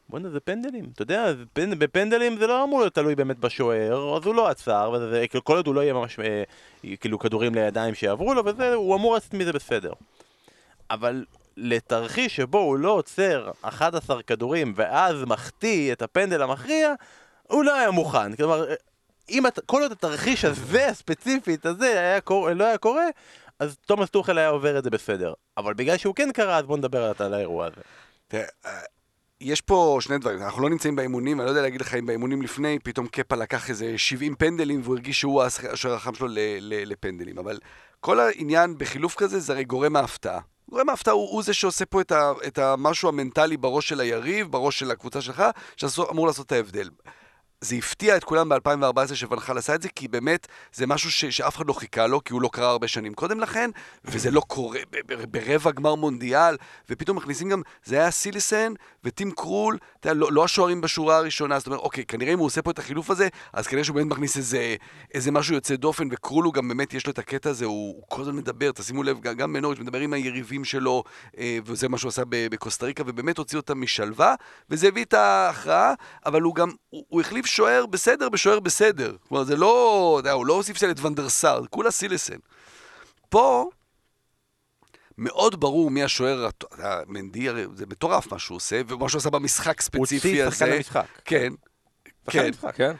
בוא'נה, זה פנדלים. אתה יודע, בפנדלים זה לא אמור להיות תלוי באמת בשוער, אז הוא לא עצר, וזה, כל עוד הוא לא יהיה ממש, כאילו, כדורים לידיים שיעברו לו, וזה, הוא אמור לעשות מזה בסדר. אבל לתרחיש שבו הוא לא עוצר אחד עשר כדורים, ואז מחטיא את הפנדל המכריע, הוא לא היה מוכן. כלומר, אם כל עוד התרחיש הזה, הספציפית הזה, היה קור... לא היה קורה, אז תומאס טוחל היה עובר את זה בסדר. אבל בגלל שהוא כן קרה, אז בואו נדבר על האירוע הזה. יש פה שני דברים, אנחנו לא נמצאים באימונים, אני לא יודע להגיד לך אם באימונים לפני, פתאום קפה לקח איזה שבעים פנדלים, והוא הרגיש שהוא השוער החכם שלו לפנדלים, אבל כל העניין בחילוף כזה זה הרי גורם ההפתעה. גורם ההפתעה הוא, הוא זה שעושה פה את, ה, את המשהו המנטלי בראש של היריב, בראש של הקבוצה שלך, שאמור לעשות את ההבדל. זה הפתיע את כולם ב-אלפיים וארבע עשרה שוונחל עשה את זה, כי באמת זה משהו ש- שאף אחד לא חיכה לו, כי הוא לא קרה הרבה שנים קודם לכן, וזה לא קורה ב- ב- ברבע גמר מונדיאל, ופתאום מכניסים גם, זה היה סיליסן וטים קרול, אתה יודע, לא, לא השוערים בשורה הראשונה, זאת אומרת, אוקיי, כנראה אם הוא עושה פה את החילוף הזה, אז כנראה שהוא באמת מכניס איזה, איזה משהו יוצא דופן, וקרול הוא גם באמת, יש לו את הקטע הזה, הוא, הוא כל הזמן מדבר, תשימו לב, גם בנוריץ' מדבר עם היריבים שלו, וזה מה שהוא עשה בקוסטה ריקה, ובאמת הוציא אותם משלווה, וזה הביא את ההכרעה, אבל הוא גם, הוא, הוא החליף שוער בסדר בשוער בסדר. כלומר, זה לא, הוא לא הוסיף את ונדרסאר, כולה סילסן. פה, מאוד ברור מי השוער, מנדי, זה מטורף מה שהוא עושה, ומה שהוא עשה במשחק ספציפי הזה. הוא הוציא שחקן המשחק. כן. כן. כן.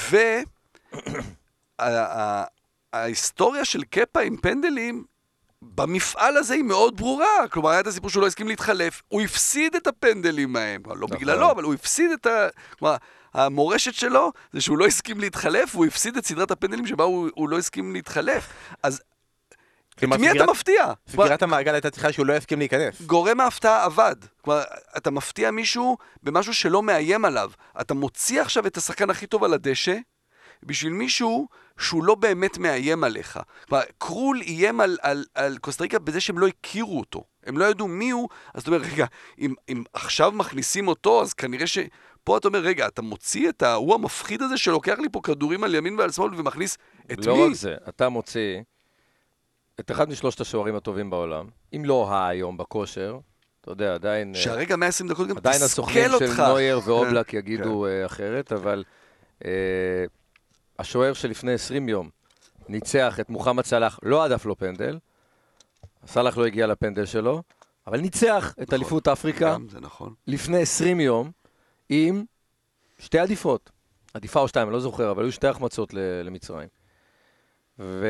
וההיסטוריה של קפה עם פנדלים, במפעל הזה היא מאוד ברורה. כלומר, היה את הסיפור שהוא לא הסכים להתחלף. הוא הפסיד את הפנדלים ההם. לא בגללו, אבל הוא הפסיד את ה... כלומר, המורשת שלו זה שהוא לא הסכים להתחלף, והוא הפסיד את סדרת הפנדלים שבה הוא, הוא לא הסכים להתחלף. אז את מי אתה מפתיע? סגירת המעגל הייתה צריכה שהוא לא הסכים להיכנס. גורם ההפתעה עבד. כלומר, אתה מפתיע מישהו במשהו שלא מאיים עליו. אתה מוציא עכשיו את השחקן הכי טוב על הדשא, בשביל מישהו שהוא לא באמת מאיים עליך. כלומר, קרול איים על, על, על קוסטה ריקה בזה שהם לא הכירו אותו. הם לא ידעו מי הוא, אז אתה אומר, רגע, אם, אם עכשיו מכניסים אותו, אז כנראה ש... פה אתה אומר, רגע, אתה מוציא את ההוא המפחיד הזה שלוקח לי פה כדורים על ימין ועל שמאל ומכניס את לא מי? רק זה, אתה מוציא את אחד משלושת השוערים הטובים בעולם, אם לא היום בכושר, אתה יודע, עדיין... שהרגע מאה ועשרים דקות גם עדיין תסכל הסוכנים אותך. של נויר ואובלק יגידו אחרת, אבל השוער שלפני עשרים יום ניצח את מוחמד סלאח, לא עדף לו פנדל, סלאח לא הגיע לפנדל שלו, אבל ניצח את אליפות אפריקה לפני עשרים יום, עם שתי עדיפות, עדיפה או שתיים, אני לא זוכר, אבל היו שתי החמצות למצרים. ו...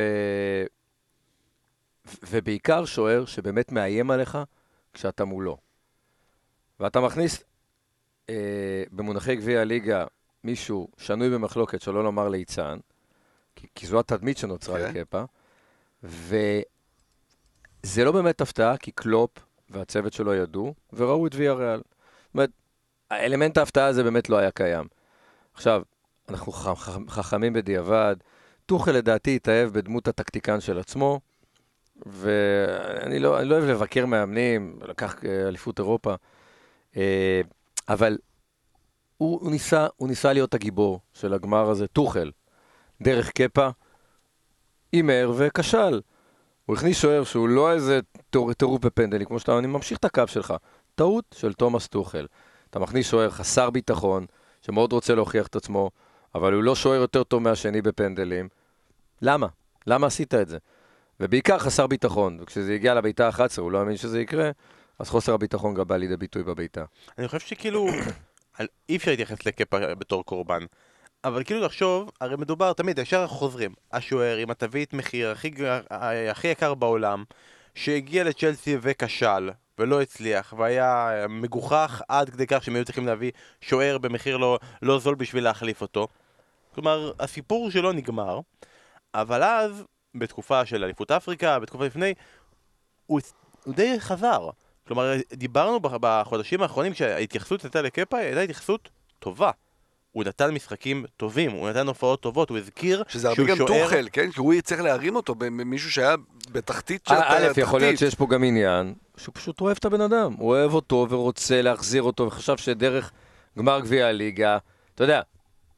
ובעיקר שוער שבאמת מאיים עליך כשאתה מולו. ואתה מכניס אה, במונחי גביע הליגה מישהו שנוי במחלוקת, שלא לומר ליצן, כי, כי זו התדמית שנוצרה okay. לקפה, וזה לא באמת הפתעה, כי קלופ והצוות שלו ידעו, וראו את ויה ריאל. זאת אומרת, האלמנט ההפתעה הזה באמת לא היה קיים. עכשיו, אנחנו חכמים בדיעבד, טוחל לדעתי התאהב בדמות הטקטיקן של עצמו, ואני לא, אני לא אוהב לבקר מאמנים, לקח אליפות אירופה, אבל הוא, הוא, ניסה, הוא ניסה להיות הגיבור של הגמר הזה, טוחל, דרך קפה, אימר וכשל. הוא הכניס שוער שהוא לא איזה טירוף בפנדלים, כמו שאתה, אני ממשיך את הקו שלך. טעות של תומאס טוחל. אתה מכניס שוער חסר ביטחון, שמאוד רוצה להוכיח את עצמו, אבל הוא לא שוער יותר טוב מהשני בפנדלים. למה? למה עשית את זה? ובעיקר חסר ביטחון, וכשזה הגיע לביתה אחת עשרה, הוא לא האמין שזה יקרה, אז חוסר הביטחון גם בא לידי ביטוי בביתה. אני חושב שכאילו, אי אפשר להתייחס לקפה בתור קורבן, אבל כאילו לחשוב, הרי מדובר תמיד, ישר חוזרים, השוער עם התווית מחיר הכי, הכי יקר בעולם, שהגיע לצ'לסי וכשל, ולא הצליח, והיה מגוחך עד כדי כך שהם היו צריכים להביא שוער במחיר לא, לא זול בשביל להחליף אותו. כלומר, הסיפור שלו נגמר, אבל אז, בתקופה של אליפות אפריקה, בתקופה לפני, הוא, הוא די חזר. כלומר, דיברנו בחודשים האחרונים שההתייחסות הייתה לקפה, הייתה התייחסות טובה. הוא נתן משחקים טובים, הוא נתן הופעות טובות, הוא הזכיר שזה הרבה גם טוחל, כן? כי הוא יצטרך להרים אותו במישהו שהיה בתחתית של א', יכול להיות שיש פה גם עניין, שהוא פשוט אוהב את הבן אדם. הוא אוהב אותו ורוצה להחזיר אותו, וחשב שדרך גמר גביע הליגה, אתה יודע,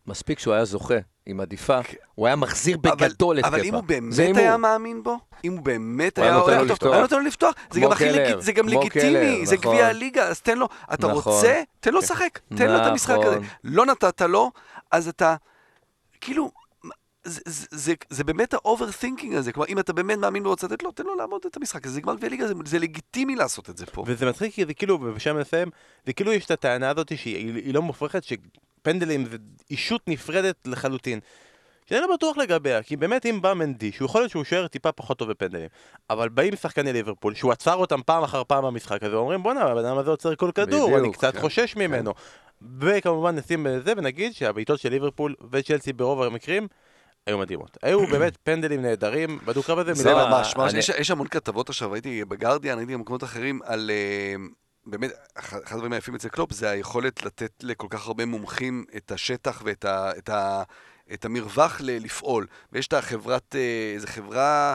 מספיק שהוא היה זוכה עם עדיפה, הוא היה מחזיר בגדול את קפה. אבל אם הוא באמת היה מאמין בו, אם הוא באמת היה נותן לו לפתוח. היה נותן לו לפתוח, זה גם לגיטימי, זה גביע הליגה, אז תן לו, אתה רוצה, תן לו לשחק, תן לו את המשחק הזה. לא נתת לו, אז אתה, כאילו, זה באמת ה-overthinking הזה, כלומר, אם אתה באמת מאמין ורוצה לתת לו, תן לו לעמוד את המשחק הזה, זה גמר גביע הליגה, זה לגיטימי לעשות את זה פה. וזה מצחיק, כי זה כאילו, בשם מסיים, זה כאילו יש את הטענה הזאת שהיא לא מופרכת, שפנדלים זה אישות נפרדת לחלוטין. שאני לא בטוח לגביה, כי באמת אם בא מנדי, שהוא יכול להיות שהוא שוער טיפה פחות טוב בפנדלים, אבל באים שחקני ליברפול, שהוא עצר אותם פעם אחר פעם במשחק הזה, ואומרים בוא'נה, הבן אדם הזה עוצר כל כדור, אני קצת חושש ממנו. וכמובן נשים בזה ונגיד שהבעיטות של ליברפול וצ'לסי ברוב המקרים היו מדהימות. היו באמת פנדלים נהדרים, בדו-קרב הזה. זה ממש, יש המון כתבות עכשיו, הייתי בגרדיאן, הייתי במקומות אחרים, על באמת, אחד הדברים היפים אצל קלופ, זה היכולת לתת לכל כך הרבה מומחים את השטח ואת ה... את המרווח לפעול. ויש את החברת, איזו חברה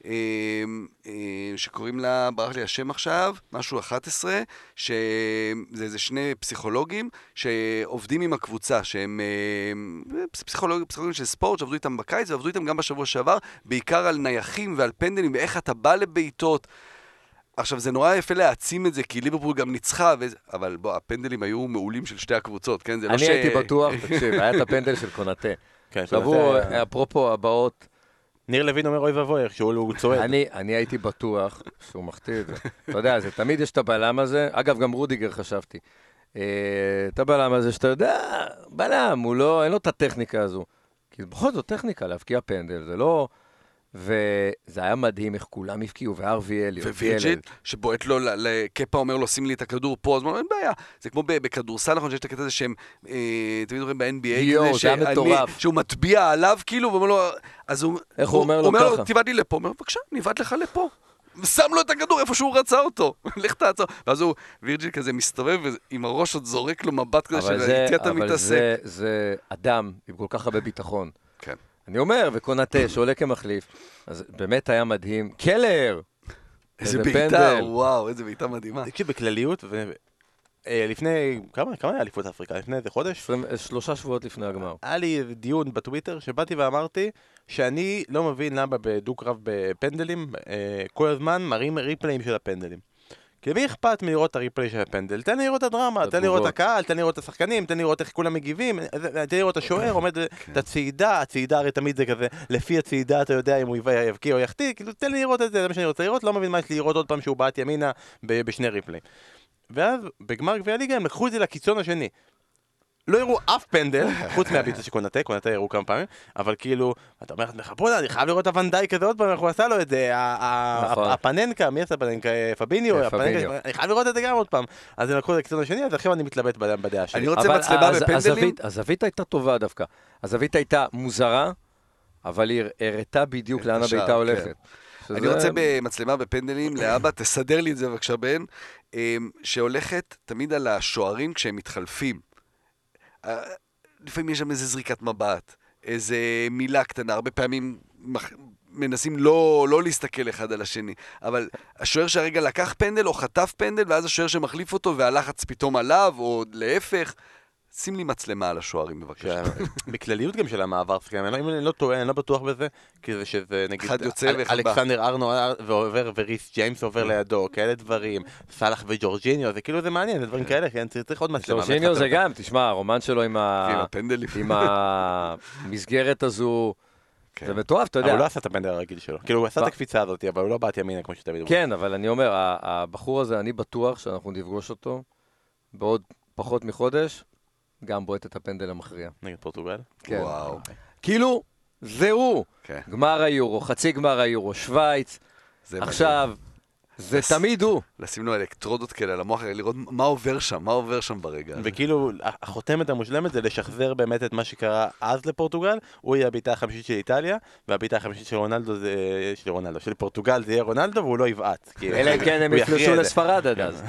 שקוראים לה, ברח לי השם עכשיו, משהו אחת עשרה, שזה איזה שני פסיכולוגים שעובדים עם הקבוצה, שהם פסיכולוגים, פסיכולוגים של ספורט, שעבדו איתם בקיץ ועבדו איתם גם בשבוע שעבר, בעיקר על נייחים ועל פנדלים ואיך אתה בא לבעיטות. עכשיו, זה נורא יפה להעצים את זה, כי ליברפול גם ניצחה, וזה... אבל בוא, הפנדלים היו מעולים של שתי הקבוצות, כן? זה לא אני ש... הייתי בטוח, תקשיב, היה את הפנדל של קונאטה. שבו, אפרופו הבאות, ניר לוין אומר אוי ובוי, איך שהוא צועד. אני הייתי בטוח שהוא מחטיא את זה. אתה יודע, תמיד יש את הבלם הזה, אגב, גם רודיגר חשבתי. את הבלם הזה שאתה יודע, בלם, הוא לא, אין לו את הטכניקה הזו. כי בכל זאת טכניקה להבקיע פנדל, זה לא... וזה היה מדהים איך כולם הפקיעו, וארוויאל, ווירג'יל, שבועט לו, קפה אומר לו, שים לי את הכדור פה, אז אין בעיה. זה כמו בכדורסל, נכון, שיש את הקטע הזה שהם, תמיד אומרים ב-אן בי איי, יו, זה היה מטורף. שהוא מטביע עליו, כאילו, ואומר לו, אז הוא... איך הוא אומר לו ככה? תיבד לי לפה, הוא אומר, בבקשה, ניבד לך לפה. ושם לו את הכדור איפה שהוא רצה אותו. לך תעצור. ואז הוא, וירג'יל כזה מסתובב, ועם הראש עוד זורק לו מבט כזה, שהייתי אתה מתעסק. אבל זה אדם עם כל כך הרבה ביטחון. כן. אני אומר, וקונאטה שעולה כמחליף, אז באמת היה מדהים. קלר! איזה בעיטה, וואו, איזה בעיטה מדהימה. תקשיב, בכלליות, לפני, כמה, כמה היה אליפות אפריקה? לפני איזה חודש? שלושה שבועות לפני הגמר. היה לי דיון בטוויטר שבאתי ואמרתי שאני לא מבין למה בדו-קרב בפנדלים כל הזמן מראים ריפליים של הפנדלים. כי מי אכפת מלראות את הריפלי של הפנדל? תן לי לראות את הדרמה, תן לי לראות את הקהל, תן לי לראות את השחקנים, תן לי לראות איך כולם מגיבים, תן לי לראות את השוער, עומד את הצעידה, הצעידה הרי תמיד זה כזה, לפי הצעידה אתה יודע אם הוא יבקיע או יחטיא, כאילו תן לי לראות את זה, זה מה שאני רוצה לראות, לא מבין מה יש לי לראות עוד פעם שהוא בעט ימינה בשני ריפלי. ואז בגמר גביע הליגה הם לקחו את זה לקיצון השני. לא הראו אף פנדל, חוץ מהביצה של קונאטה, קונאטה הראו כמה פעמים, אבל כאילו, אתה אומר לך, בוא'נה, אני חייב לראות את הוונדייק הזה עוד פעם, איך הוא עשה לו את זה, הפננקה, מי עשה פננקה? פביניו, אני חייב לראות את זה גם עוד פעם. אז הם לקחו את הקיצון השני, אז עכשיו אני מתלבט בדעה שלי. אני רוצה מצלמה בפנדלים. הזווית הייתה טובה דווקא. הזווית הייתה מוזרה, אבל היא הראתה בדיוק לאן הביתה הולכת. אני רוצה במצלמה בפנדלים, לאבא, תסדר לי את זה בבקשה בן, שהולכת תמיד על השוערים כשהם מתחלפים. לפעמים יש שם איזה זריקת מבט, איזה מילה קטנה, הרבה פעמים מנסים לא, לא להסתכל אחד על השני, אבל השוער שהרגע לקח פנדל או חטף פנדל, ואז השוער שמחליף אותו והלחץ פתאום עליו, או להפך, שים לי מצלמה על השוערים בבקשה. בכלליות גם של המעבר, אם אני לא טועה, אני לא בטוח בזה, כי זה שזה נגיד, אלכסנדר ארנו ועובר וריס ג'יימס עובר לידו, כאלה דברים, סלח וג'ורג'יניו, זה כאילו זה מעניין, זה דברים כאלה, צריך עוד מצלמה. ג'ורג'יניו זה גם, תשמע, הרומן שלו עם המסגרת הזו, זה מטורף, אתה יודע. אבל הוא לא עשה את הפנדל הרגיל שלו, כאילו הוא עשה את הקפיצה הזאת, אבל הוא לא בעט ימינה כמו שתמיד. כן, אבל אני אומר, הבחור הזה, אני בטוח שאנחנו נפגוש אותו בעוד פחות מחודש, גם בועט את הפנדל המכריע. נגד פורטוגל? כן. וואו. כאילו, זהו. גמר היורו, חצי גמר היורו, שוויץ. עכשיו, זה תמיד הוא. לשים לו אלקטרודות כאלה על המוח, לראות מה עובר שם, מה עובר שם ברגע. וכאילו, החותמת המושלמת זה לשחזר באמת את מה שקרה אז לפורטוגל, הוא יהיה הביתה החמישית של איטליה, והביתה החמישית של רונלדו זה, של רונלדו, של פורטוגל זה יהיה רונלדו, והוא לא יבעט. אלא כן, הם יפלשו לספרד עד אז.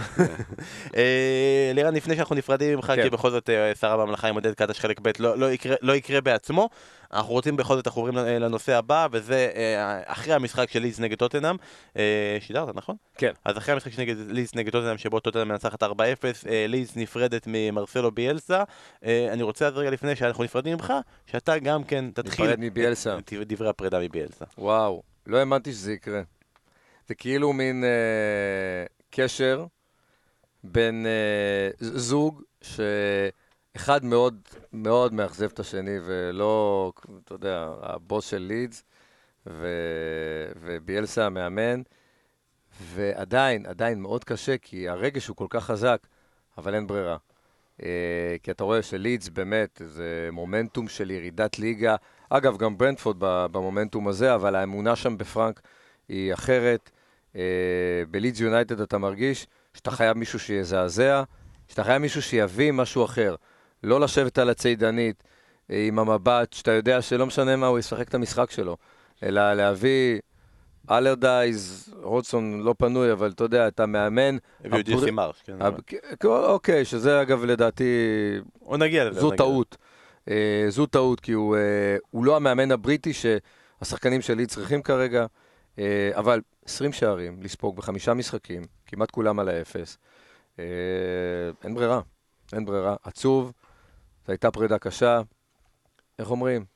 לירן, לפני שאנחנו נפרדים ממך, כי בכל זאת שרה בממלכה עם עודד קטש חלק ב' לא יקרה בעצמו, אנחנו רוצים בכל זאת, אנחנו עוברים לנושא הבא, וזה אחרי המשחק של לידס נגד טוטנהאם. שידרת, נכון? כן. אז אחרי המשחק של נגד לידס נגד טוטנהאם שבו טוטנהאם מנצחת ארבע אפס, לידס נפרדת ממרסלו ביאלסה. אני רוצה אז רגע לפני שאנחנו נפרדים ממך, שאתה גם כן תתחיל נפרד מביאלסה. דברי הפרידה מביאלסה. וואו, לא האמנתי שזה יקרה. זה כאילו מין אה, קשר בין אה, זוג שאחד מאוד מאוד מאכזב את השני, ולא, אתה יודע, הבוס של לידס, ו... וביאלסה המאמן, ועדיין, עדיין מאוד קשה, כי הרגש הוא כל כך חזק, אבל אין ברירה. אה, כי אתה רואה שלידס באמת, זה מומנטום של ירידת ליגה, אגב, גם ברנטפורד במומנטום הזה, אבל האמונה שם בפרנק היא אחרת. אה, בלידס יונייטד אתה מרגיש שאתה חייב מישהו שיזעזע, שאתה חייב מישהו שיביא משהו אחר. לא לשבת על הציידנית אה, עם המבט, שאתה יודע שלא משנה מה הוא ישחק את המשחק שלו, אלא להביא אלרדייז, רודסון לא פנוי, אבל אתה יודע, אתה מאמן. הביאו ג'סי מרש, כן. אוקיי, שזה אגב לדעתי, זו טעות. זו טעות, כי הוא לא המאמן הבריטי שהשחקנים שלי צריכים כרגע, אבל עשרים שערים, לספוג בחמישה משחקים, כמעט כולם על האפס. אין ברירה, אין ברירה. עצוב, זו הייתה פרידה קשה. איך אומרים?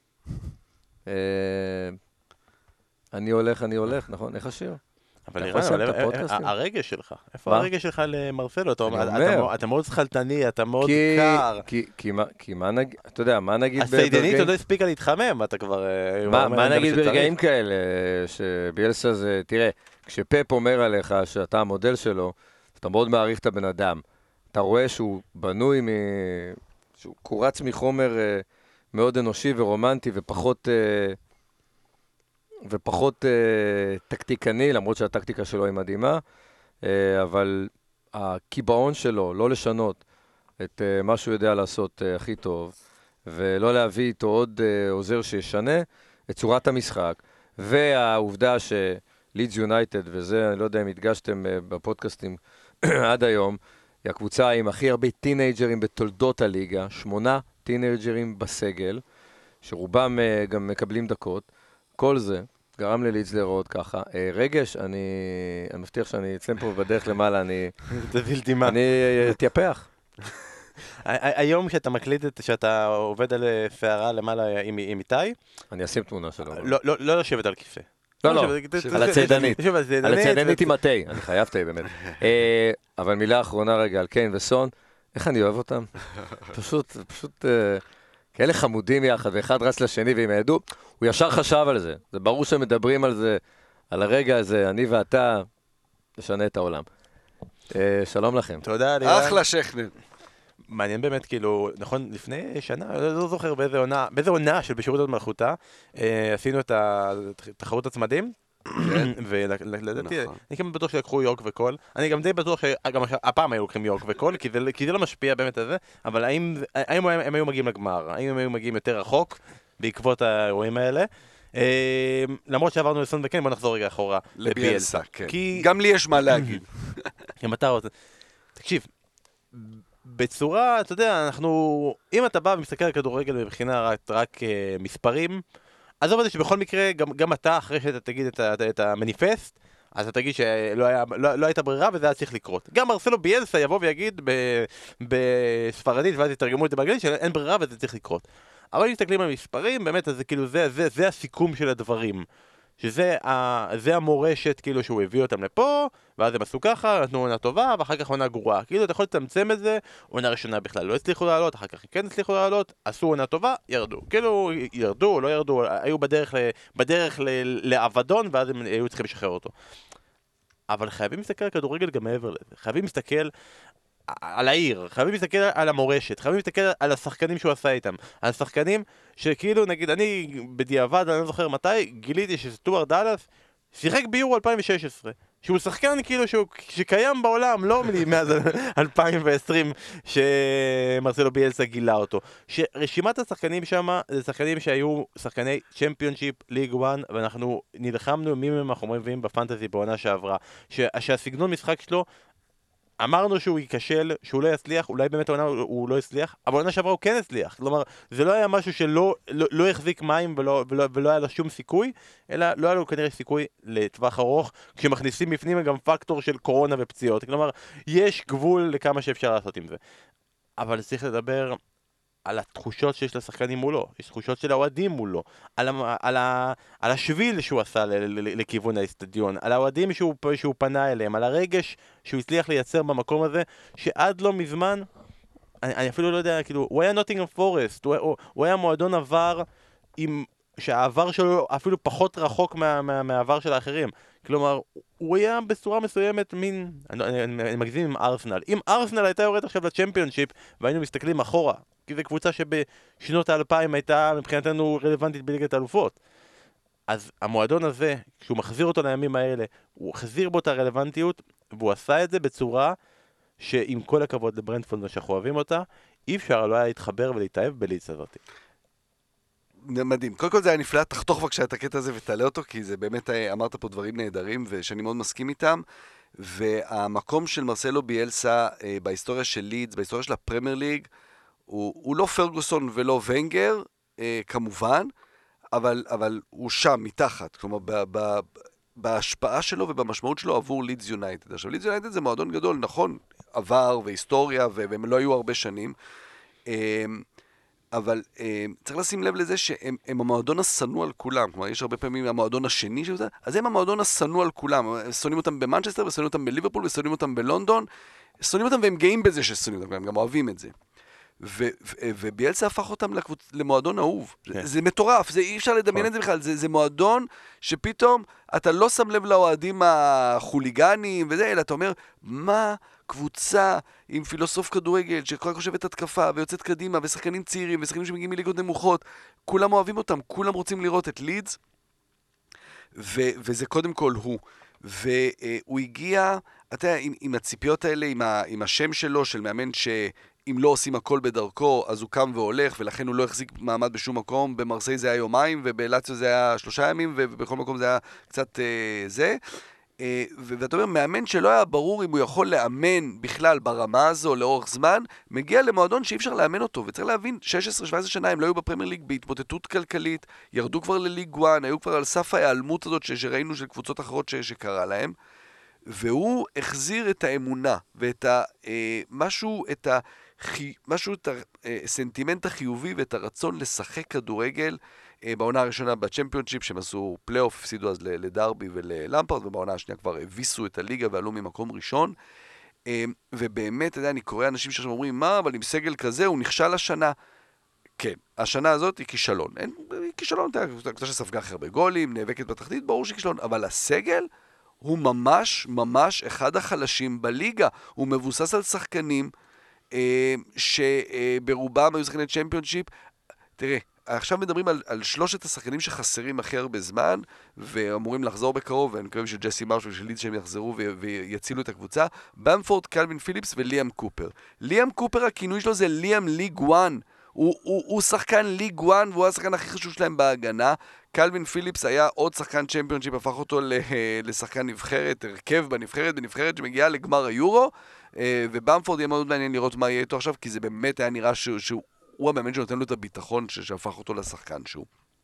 אני הולך, אני הולך, נכון? איך השיר? אבל נראה, הרגש שלך, איפה הרגש שלך למרסלו? אתה מאוד שחלטני, אתה מאוד קר. כי מה נגיד, אתה יודע, מה נגיד הסיידנית עוד לא הספיקה להתחמם, אתה כבר... מה נגיד ברגעים כאלה, שביאלסה זה, תראה, כשפפ אומר עליך שאתה המודל שלו, אתה מאוד מעריך את הבן אדם. אתה רואה שהוא בנוי, שהוא קורץ מחומר מאוד אנושי ורומנטי ופחות... ופחות uh, טקטיקני, למרות שהטקטיקה שלו היא מדהימה, uh, אבל הקיבעון שלו, לא לשנות את uh, מה שהוא יודע לעשות uh, הכי טוב, ולא להביא איתו עוד uh, עוזר שישנה את צורת המשחק, והעובדה שלידס יונייטד, וזה אני לא יודע אם הדגשתם uh, בפודקאסטים עד היום, היא הקבוצה עם הכי הרבה טינג'רים בתולדות הליגה, שמונה טינג'רים בסגל, שרובם uh, גם מקבלים דקות, כל זה גרם לי לידס להיראות ככה. אה, רגש, אני, אני מבטיח שאני אצלם פה בדרך למעלה, אני... תביל דימה. אני אתייפח. היום כשאתה מקליט, שאתה עובד על שערה למעלה עם איתי... אני אשים תמונה שלו. לא לשבת על כיסא. לא, לא, על הציידנית. על הציידנית עם התה, אני חייב תה באמת. אבל מילה אחרונה רגע על קיין וסון, איך אני אוהב אותם? פשוט, פשוט... כאלה חמודים יחד, ואחד רץ לשני והם ידעו, הוא ישר חשב על זה. זה ברור שמדברים על זה, על הרגע הזה, אני ואתה, נשנה את העולם. אה, שלום לכם. תודה, לירן. אחלה שכנר. מעניין באמת, כאילו, נכון, לפני שנה, לא זוכר באיזה עונה, באיזה עונה של בשירות מלכותה, אה, עשינו את התחרות הצמדים, ולדעתי, אני גם בטוח שלקחו יורק וקול, אני גם די בטוח שגם הפעם היו לוקחים יורק וקול, כי זה לא משפיע באמת על זה, אבל האם הם היו מגיעים לגמר, האם הם היו מגיעים יותר רחוק בעקבות האירועים האלה, למרות שעברנו לסון וקן, בוא נחזור רגע אחורה לביאלסה, גם לי יש מה להגיד. אם אתה רוצה, תקשיב, בצורה, אתה יודע, אנחנו, אם אתה בא ומסתכל על כדורגל מבחינה רק מספרים, אז עובד שבכל מקרה, גם, גם אתה, אחרי שאתה תגיד את, את, את המניפסט, אז אתה תגיד שלא היה, לא, לא הייתה ברירה וזה היה צריך לקרות. גם מרסלו ביאלסה יבוא ויגיד ב, בספרדית, ואז יתרגמו את זה באנגלית, שאין ברירה וזה צריך לקרות. אבל אם מסתכלים על מספרים, באמת, אז זה, כאילו, זה, זה, זה הסיכום של הדברים. שזה ה, זה המורשת, כאילו, שהוא הביא אותם לפה, ואז הם עשו ככה, נתנו עונה טובה, ואחר כך עונה גרועה. כאילו, אתה יכול לצמצם את זה, עונה ראשונה בכלל לא הצליחו לעלות, אחר כך כן הצליחו לעלות, עשו עונה טובה, ירדו. כאילו, ירדו, לא ירדו, היו בדרך, בדרך לעבדון, ואז הם היו צריכים לשחרר אותו. אבל חייבים להסתכל על כדורגל גם מעבר לזה. חייבים להסתכל על העיר, חייבים להסתכל על המורשת, חייבים להסתכל על השחקנים שהוא עשה איתם, על השחקנים שכאילו, נגיד, אני בדיעבד, אני לא זוכר מתי, גיליתי שסטוארט דאלאס שיחק ביורו אלפיים ושש עשרה, שהוא שחקן כאילו שהוא, שקיים בעולם, לא מאז אלפיים ועשרים שמרסלו ביאלסה גילה אותו. שרשימת השחקנים שם זה שחקנים שהיו שחקני צ'מפיונשיפ ליג וואן, ואנחנו נלחמנו מי מהם אנחנו מביאים בפנטזי בעונה שעברה, שהסגנון משחק שלו אמרנו שהוא ייכשל, שהוא לא יצליח, אולי באמת העונה הוא לא יצליח, אבל העונה שעברה הוא כן יצליח. כלומר, זה לא היה משהו שלא לא, לא החזיק מים ולא, ולא, ולא היה לו שום סיכוי, אלא לא היה לו כנראה סיכוי לטווח ארוך, כשמכניסים בפנים גם פקטור של קורונה ופציעות. כלומר, יש גבול לכמה שאפשר לעשות עם זה. אבל צריך לדבר על התחושות שיש לשחקנים מולו, יש תחושות של האוהדים מולו, על, ה, על, ה, על השביל שהוא עשה ל, ל, לכיוון האסטדיון, על האוהדים שהוא, שהוא פנה אליהם, על הרגש שהוא הצליח לייצר במקום הזה, שעד לא מזמן, אני, אני אפילו לא יודע, כאילו, הוא היה נוטינגהאם פורסט, הוא, הוא, הוא היה מועדון עבר עם, שהעבר שלו אפילו פחות רחוק מה, מה, מהעבר של האחרים. כלומר, הוא היה בצורה מסוימת מין, אני, אני, אני, אני מגזים עם ארסנל. אם ארסנל הייתה יורדת עכשיו לצ'מפיונשיפ, והיינו מסתכלים אחורה, כי זו קבוצה שבשנות האלפיים הייתה מבחינתנו רלוונטית בליגת האלופות. אז המועדון הזה, כשהוא מחזיר אותו לימים האלה, הוא חזיר בו את הרלוונטיות, והוא עשה את זה בצורה שעם כל הכבוד לברנטפורד שאנחנו אוהבים אותה, אי אפשר לא היה להתחבר ולהתאהב בליץ הזאת. מדהים. קודם כל זה היה נפלא, תחתוך בבקשה את הקטע הזה ותעלה אותו, כי זה באמת, אמרת פה דברים נהדרים ושאני מאוד מסכים איתם, והמקום של מרסלו ביאלסה אה, בהיסטוריה של לידס, בהיסטוריה של הפרמייר ליג, הוא, הוא לא פרגוסון ולא ונגר, אה, כמובן, אבל, אבל הוא שם, מתחת. כלומר, ב, ב, בהשפעה שלו ובמשמעות שלו עבור לידס יונייטד. עכשיו, לידס יונייטד זה מועדון גדול, נכון, עבר והיסטוריה, והם לא היו הרבה שנים, אה, אבל אה, צריך לשים לב לזה שהם הם המועדון הסנוע על כולם. כלומר, יש הרבה פעמים המועדון השני של זה, אז הם המועדון הסנוע על כולם. שונאים אותם במנצ'סטר, ושונאים אותם בליברפול, ושונאים אותם בלונדון. שונאים אותם והם גאים בזה ששונאים אותם, הם גם אוהבים את זה. ו- ו- וביאלסה הפך אותם לקבוצ... למועדון אהוב. Okay. זה, זה מטורף, זה, אי אפשר לדמיין okay. את זה בכלל. זה, זה מועדון שפתאום אתה לא שם לב לאוהדים החוליגנים וזה, אלא אתה אומר, מה קבוצה עם פילוסוף כדורגל שכל חושבת התקפה ויוצאת קדימה ושחקנים צעירים ושחקנים שמגיעים מליגות נמוכות, כולם אוהבים אותם, כולם רוצים לראות את לידס, ו- וזה קודם כל הוא. והוא הגיע, אתה יודע, עם, עם הציפיות האלה, עם, ה- עם השם שלו, של מאמן ש... אם לא עושים הכל בדרכו, אז הוא קם והולך, ולכן הוא לא החזיק מעמד בשום מקום. במרסיי זה היה יומיים, ובאלאציו זה היה שלושה ימים, ובכל מקום זה היה קצת אה, זה. אה, ואתה אומר, מאמן שלא היה ברור אם הוא יכול לאמן בכלל ברמה הזו לאורך זמן, מגיע למועדון שאי אפשר לאמן אותו, וצריך להבין, שש עשרה שבע עשרה שנה הם לא היו בפרמייר ליג בהתמוטטות כלכלית, ירדו כבר לליג וואן, היו כבר על סף ההיעלמות הזאת שראינו של קבוצות אחרות ש- שקרה להם, והוא החזיר את האמונה, ואת ה, אה, משהו, את ה... משהו, את הסנטימנט החיובי ואת הרצון לשחק כדורגל בעונה הראשונה בצ'מפיונשיפ, שהם עשו פלייאוף, הפסידו אז לדרבי וללמפרד, ובעונה השנייה כבר הביסו את הליגה ועלו ממקום ראשון. ובאמת, אתה יודע, אני קורא אנשים שעכשיו אומרים, מה, אבל עם סגל כזה הוא נכשל השנה. כן, השנה הזאת היא כישלון. אין, היא כישלון, אתה יודע, קבוצה שספגה הכי הרבה גולים, נאבקת בתחתית, ברור שהיא כישלון, אבל הסגל הוא ממש ממש אחד החלשים בליגה. הוא מבוסס על שחקנים שברובם היו שחקני צ'מפיונשיפ. תראה, עכשיו מדברים על, על שלושת השחקנים שחסרים הכי הרבה זמן, ואמורים לחזור בקרוב, ואני מקווה שג'סי מרשו ושל לידס שהם יחזרו ו- ויצילו את הקבוצה. במפורד, קלווין פיליפס וליאם קופר. ליאם קופר, הכינוי שלו זה ליאם ליג וואן. הוא, הוא, הוא שחקן ליג וואן, והוא השחקן הכי חשוב שלהם בהגנה. קלווין פיליפס היה עוד שחקן צ'מפיונשיפ, הפך אותו לשחקן נבחרת, הרכב בנבחרת, בנבחרת שמגיעה לגמר היורו, ובמפורד יהיה מאוד מעניין לראות מה יהיה איתו עכשיו, כי זה באמת היה נראה שהוא, שהוא המאמן שנותן לו את הביטחון שהפך אותו לשחקן שהוא.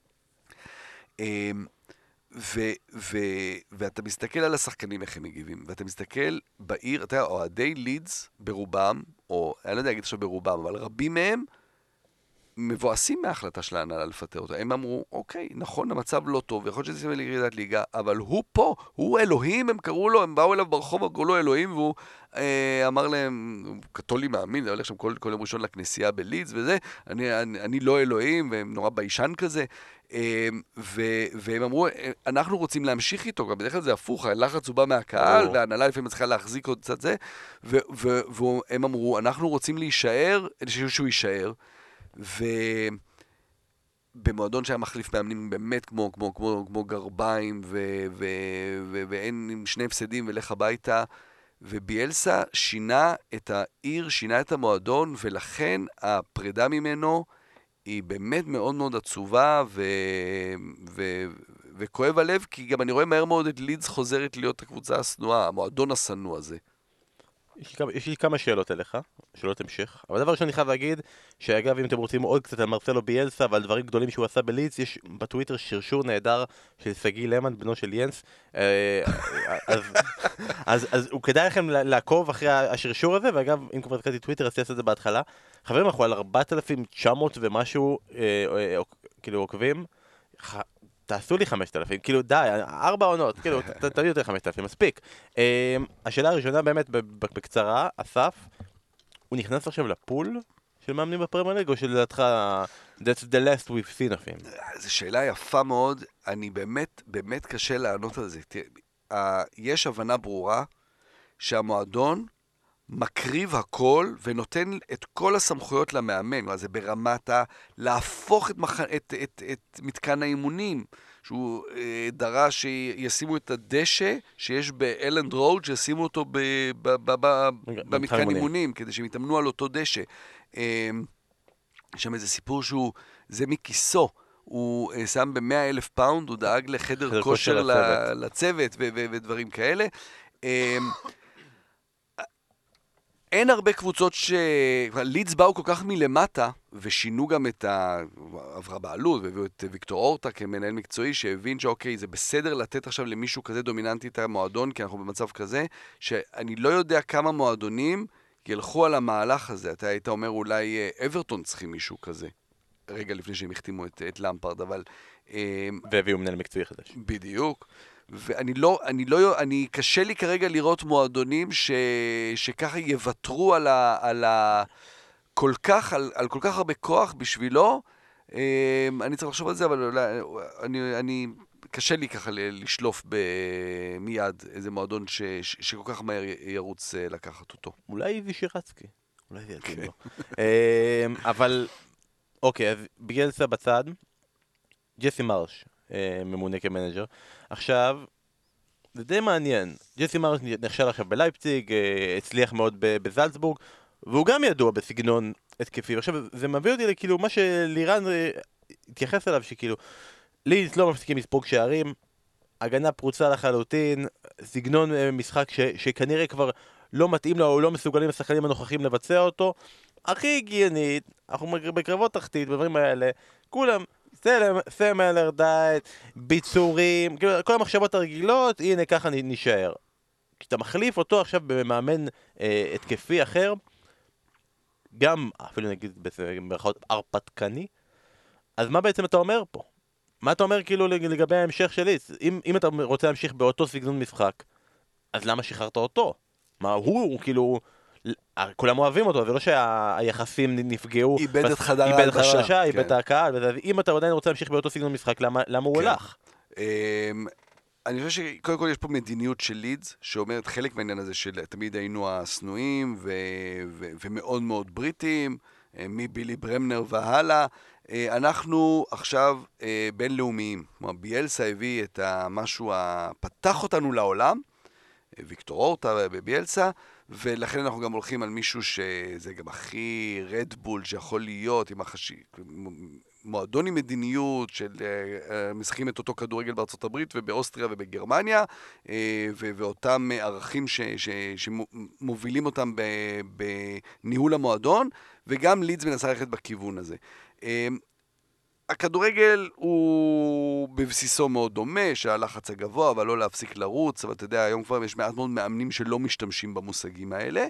ו, ו, ואתה מסתכל על השחקנים איך הם מגיבים, ואתה מסתכל בעיר, אתה יודע, אוהדי לידס ברובם, או אני לא יודע להגיד עכשיו ברובם, אבל רבים מהם, מבואסים מההחלטה של ההנהלה לפטר אותו. הם אמרו, אוקיי, נכון, המצב לא טוב, יכול להיות שזה סימן לירידת ליגה, אבל הוא פה, הוא אלוהים, הם קראו לו, הם באו אליו ברחוב, קראו לו אלוהים, והוא אה, אמר להם, הוא קתולי מאמין, זה הולך שם כל, כל יום ראשון לכנסייה בלידס וזה, אני, אני, אני לא אלוהים, והם נורא ביישן כזה, אה, ו, והם אמרו, אנחנו רוצים להמשיך איתו, גם בדרך כלל זה הפוך, הלחץ הוא בא מהקהל, וההנהלה לפעמים צריכה להחזיק עוד קצת זה, ו, ו, והם אמרו, אנחנו רוצים להישאר, שהוא יישאר, ובמועדון שהיה מחליף מאמנים באמת כמו, כמו, כמו, כמו גרביים ו- ו- ו- ואין עם שני הפסדים ולך הביתה, וביאלסה שינה את העיר, שינה את המועדון, ולכן הפרידה ממנו היא באמת מאוד מאוד עצובה ו- ו- וכואב הלב, כי גם אני רואה מהר מאוד את לידס חוזרת להיות הקבוצה הסנועה, המועדון הסנוע הזה. יש לי, כמה, יש לי כמה שאלות אליך, שאלות המשך, אבל דבר ראשון אני חייב להגיד, שאגב אם אתם רוצים עוד קצת על מרסלו ביאלסה ועל דברים גדולים שהוא עשה בליץ, יש בטוויטר שרשור נהדר של סגי למן, בנו של ינס, אה, אז, אז, אז הוא כדאי לכם לעקוב אחרי השרשור הזה, ואגב אם כבר תקעתי טוויטר אז תעשה את זה בהתחלה. חברים, אנחנו על ארבעת אלפים תשע מאות ומשהו אה, אה, כאילו עוקבים, ח... תעשו לי חמשת אלפים, כאילו די, ארבע עונות, כאילו תביאו יותר חמשת אלפים, מספיק. השאלה הראשונה באמת בקצרה, אסף, הוא נכנס עכשיו לפול של מאמנים בפרמייר ליג, או שלדעתך that's the last we've seen of him? זו שאלה יפה מאוד, אני באמת, באמת קשה לענות על זה. תראה, יש הבנה ברורה שהמועדון מקריב הכל ונותן את כל הסמכויות למאמן, זה ברמת ה... להפוך את, מח... את, את, את מתקן האימונים, שהוא אה, דרש שישימו את הדשא שיש באלנד רוד, שישימו אותו ב... ב... ב... ב... במתקן אימונים, כדי שהם יתאמנו על אותו דשא. אה, שם איזה סיפור שהוא, זה מכיסו, הוא אה, שם ב-מאה אלף פאונד, הוא דאג לחדר כושר לצוות, לצוות ו- ו- ודברים כאלה. אה, אין הרבה קבוצות ש... לידס באו כל כך מלמטה, ושינו גם את העברה בעלות, והביאו את ויקטור אורטה כמנהל מקצועי, שהבין שאוקיי, זה בסדר לתת עכשיו למישהו כזה דומיננטי את המועדון, כי אנחנו במצב כזה, שאני לא יודע כמה מועדונים ילכו על המהלך הזה. אתה היית אומר אולי אברטון צריכים מישהו כזה, רגע לפני שהם החתימו את, את למפרד, אבל... והביאו מנהל מקצועי חדש. בדיוק. ואני לא, אני לא, אני קשה לי כרגע לראות מועדונים ש, שככה יוותרו על ה, על ה, כל כך, על, על כל כך הרבה כוח בשבילו. אני צריך לחשוב על זה, אבל אני, אני, קשה לי ככה לשלוף מיד איזה מועדון ש, ש, שכל כך מהר ירוץ לקחת אותו. אולי איזי שירצקי. אולי זה יתאים לו. אבל, אוקיי, אז ביאלסה בצד, ג'סי מרש. ממונה כמנג'ר. עכשיו, זה די מעניין. ג'סי מרש נכשל עכשיו בלייפציג, הצליח מאוד בזלצבורג, והוא גם ידוע בסגנון התקפי. עכשיו, זה מביא אותי לכאילו מה שלירן התייחס אליו, שכאילו, לידס לא מפסיקים לספוג שערים, הגנה פרוצה לחלוטין, סגנון משחק ש, שכנראה כבר לא מתאים לו, או לא מסוגלים לשחקנים הנוכחים לבצע אותו. הכי הגיונית, אנחנו בקרבות תחתית, בדברים האלה, כולם סם אלרדייט, ביצורים, כל המחשבות הרגילות, הנה ככה נשאר. כשאתה מחליף אותו עכשיו במאמן אה, התקפי אחר, גם, אפילו נגיד במירכאות הרפתקני, אז מה בעצם אתה אומר פה? מה אתה אומר כאילו לגבי ההמשך שלי? אם, אם אתה רוצה להמשיך באותו סגנון משחק, אז למה שחררת אותו? מה הוא, הוא כאילו... כולם אוהבים אותו, זה לא שהיחסים נפגעו, איבד את חדר ההלבשה, איבד את הקהל, אם אתה עדיין רוצה להמשיך באותו סגנון משחק, למה הוא הולך? אני חושב שקודם כל יש פה מדיניות של לידס, שאומרת חלק מהעניין הזה של תמיד היינו הסנועים ומאוד מאוד בריטים, מבילי ברמנר והלאה, אנחנו עכשיו בינלאומיים, ביאלסה הביא את המשהו, פתח אותנו לעולם, ויקטור אורטה בביאלסה, ולכן אנחנו גם הולכים על מישהו שזה גם הכי רדבול שיכול להיות, עם החשי... מועדון עם מדיניות של uh, משחקים את אותו כדורגל בארצות הברית ובאוסטריה ובגרמניה, uh, ו- ואותם ערכים ש- ש- שמובילים אותם בניהול המועדון, וגם לידס מנסה ללכת בכיוון הזה. Uh, הכדורגל הוא בבסיסו מאוד דומה, שהלחץ הגבוה, אבל לא להפסיק לרוץ, אבל אתה יודע, היום כבר יש מעט מאוד מאמנים שלא משתמשים במושגים האלה.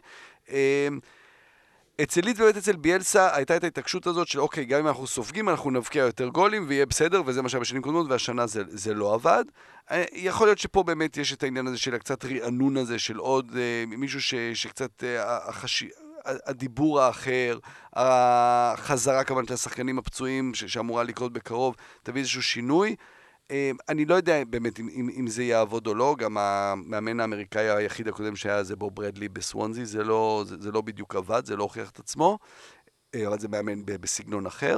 אצל לידס באמת אצל ביאלסה הייתה את ההתעקשות הזאת של אוקיי, גם אם אנחנו סופגים, אנחנו נבקיע יותר גולים ויהיה בסדר, וזה מה שהיה בשנים קודמות, והשנה זה, זה לא עבד. יכול להיות שפה באמת יש את העניין הזה של הקצת רענון הזה, של עוד מישהו ש, שקצת החשי... הדיבור האחר, החזרה כמובן של השחקנים הפצועים ש- שאמורה לקרות בקרוב, תביא איזשהו שינוי. אני לא יודע באמת אם, אם, אם זה יעבוד או לא, גם המאמן האמריקאי היחיד הקודם שהיה זה בוב ברדלי בסוונזי, זה לא, זה, זה לא בדיוק עבד, זה לא הוכיח את עצמו, אבל זה מאמן בסגנון אחר.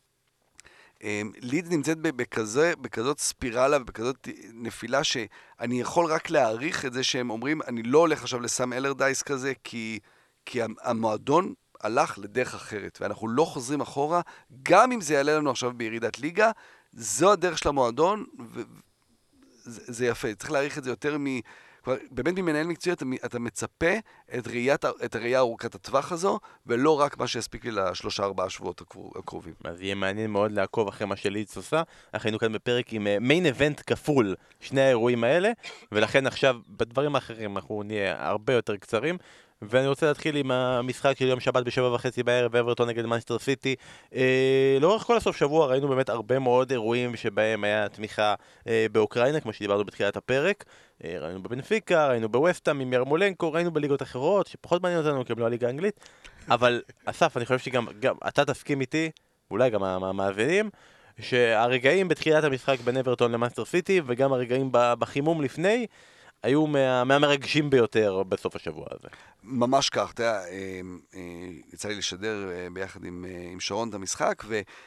לידס נמצאת בכזה, בכזאת ספירלה ובכזאת נפילה שאני יכול רק להעריך את זה שהם אומרים, אני לא הולך עכשיו לסם אלרדייס כזה, כי... כי המועדון הלך לדרך אחרת, ואנחנו לא חוזרים אחורה, גם אם זה יעלה לנו עכשיו בירידת ליגה, זו הדרך של המועדון, וזה יפה. צריך להעריך את זה יותר מ... באמת ממנהל מקצועי אתה, אתה מצפה את, ראיית, את הראייה ארוכת הטווח הזו, ולא רק מה שיספיק לי לשלושה ארבעה שבועות הקרובים. אז יהיה מעניין מאוד לעקוב אחרי מה שלידס עושה. אנחנו היינו כאן בפרק עם מיין איבנט כפול, שני האירועים האלה, ולכן עכשיו בדברים האחרים אנחנו נהיה הרבה יותר קצרים. ואני רוצה להתחיל עם המשחק של יום שבת בשבע וחצי בערב, אברטון נגד מנצ'סטר סיטי. אה, לאורך כל הסוף שבוע ראינו באמת הרבה מאוד אירועים שבהם היה תמיכה אה, באוקראינה, כמו שדיברנו בתחילת הפרק. אה, ראינו בבנפיקה, ראינו בווסטהאם עם ירמולנקו, ראינו בליגות אחרות, שפחות מעניין אותנו כי הם לא הליגה האנגלית. אבל אסף, אני חושב שגם גם, אתה תסכים איתי, אולי גם המאזינים, שהרגעים בתחילת המשחק בין אברטון למנצ'סטר סיטי, וגם הרגעים בחימום לפני, היו מה, מהמרגשים ביותר בסוף השבוע הזה. ממש כך, אתה יודע, יצא לי לשדר ביחד עם, עם שרון את המשחק,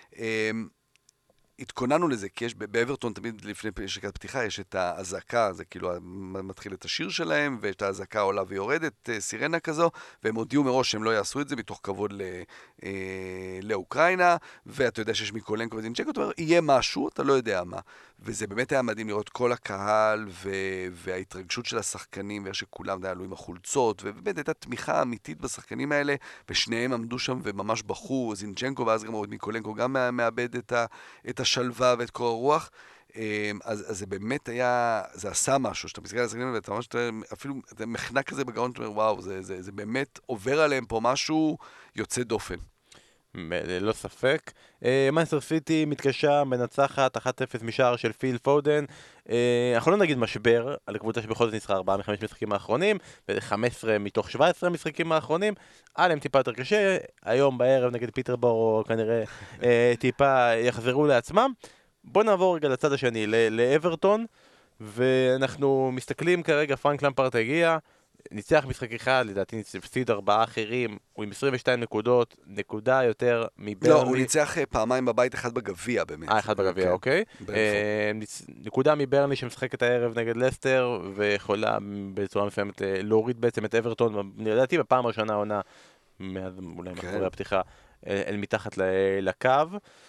והתכוננו לזה, כי יש באברטון תמיד לפני שקעת פתיחה, יש את ההזקה, זה כאילו מתחיל את השיר שלהם, ואת ההזקה עולה ויורדת, סירנה כזו, והם הודיעו מראש שהם לא יעשו את זה, מתוך כבוד ל, לאוקראינה, ואתה יודע שיש מיקולנקו וזינצ'נקו, אתה אומר, יהיה משהו, אתה לא יודע מה. וזה באמת היה מדהים לראות כל הקהל ו- וההתרגשות של השחקנים ואיך שכולם עלו עם החולצות, ובאמת הייתה תמיכה אמיתית בשחקנים האלה, ושניהם עמדו שם וממש בחו, זינצ'נקו ואז גם עוד מיקולנקו גם מאבד את, ה- את השלווה ואת קור הרוח. אז, אז זה באמת היה, זה עשה משהו, שאתה מסתכל על השחקנים ואתה ממש, אפילו מחנק כזה בגאון, אתה אומר, וואו, זה, זה, זה באמת עובר עליהם פה משהו יוצא דופן. ללא ספק. מנצ'סטר סיטי מתקשה, מנצחת אחת אפס משער של פיל פודן. אנחנו לא נגיד משבר על קבוצה שבכל זאת ניצחה ארבעה מחמש משחקים האחרונים, ו-חמש עשרה מתוך שבע עשרה משחקים האחרונים. עליהם טיפה יותר קשה, היום בערב נגד פיטרבורו כנראה טיפה יחזרו לעצמם. בוא נעבור רגע לצד השני, לאברטון, ואנחנו מסתכלים כרגע, פרנק למפרט הגיע, ניצח משחק אחד, לדעתי הפסיד ארבעה אחרים, הוא עם עשרים ושתיים נקודות, נקודה יותר מברנלי. לא, הוא ניצח פעמיים בבית, אחד בגביע באמת. אה, אחד בגביע, אוקיי. נקודה מברנלי שמשחקת הערב נגד לסטר, ויכולה בצורה מסוימת להוריד בעצם את אברטון, לדעתי בפעם הראשונה עונה, אולי מאחורי הפתיחה, אל מתחת לקו.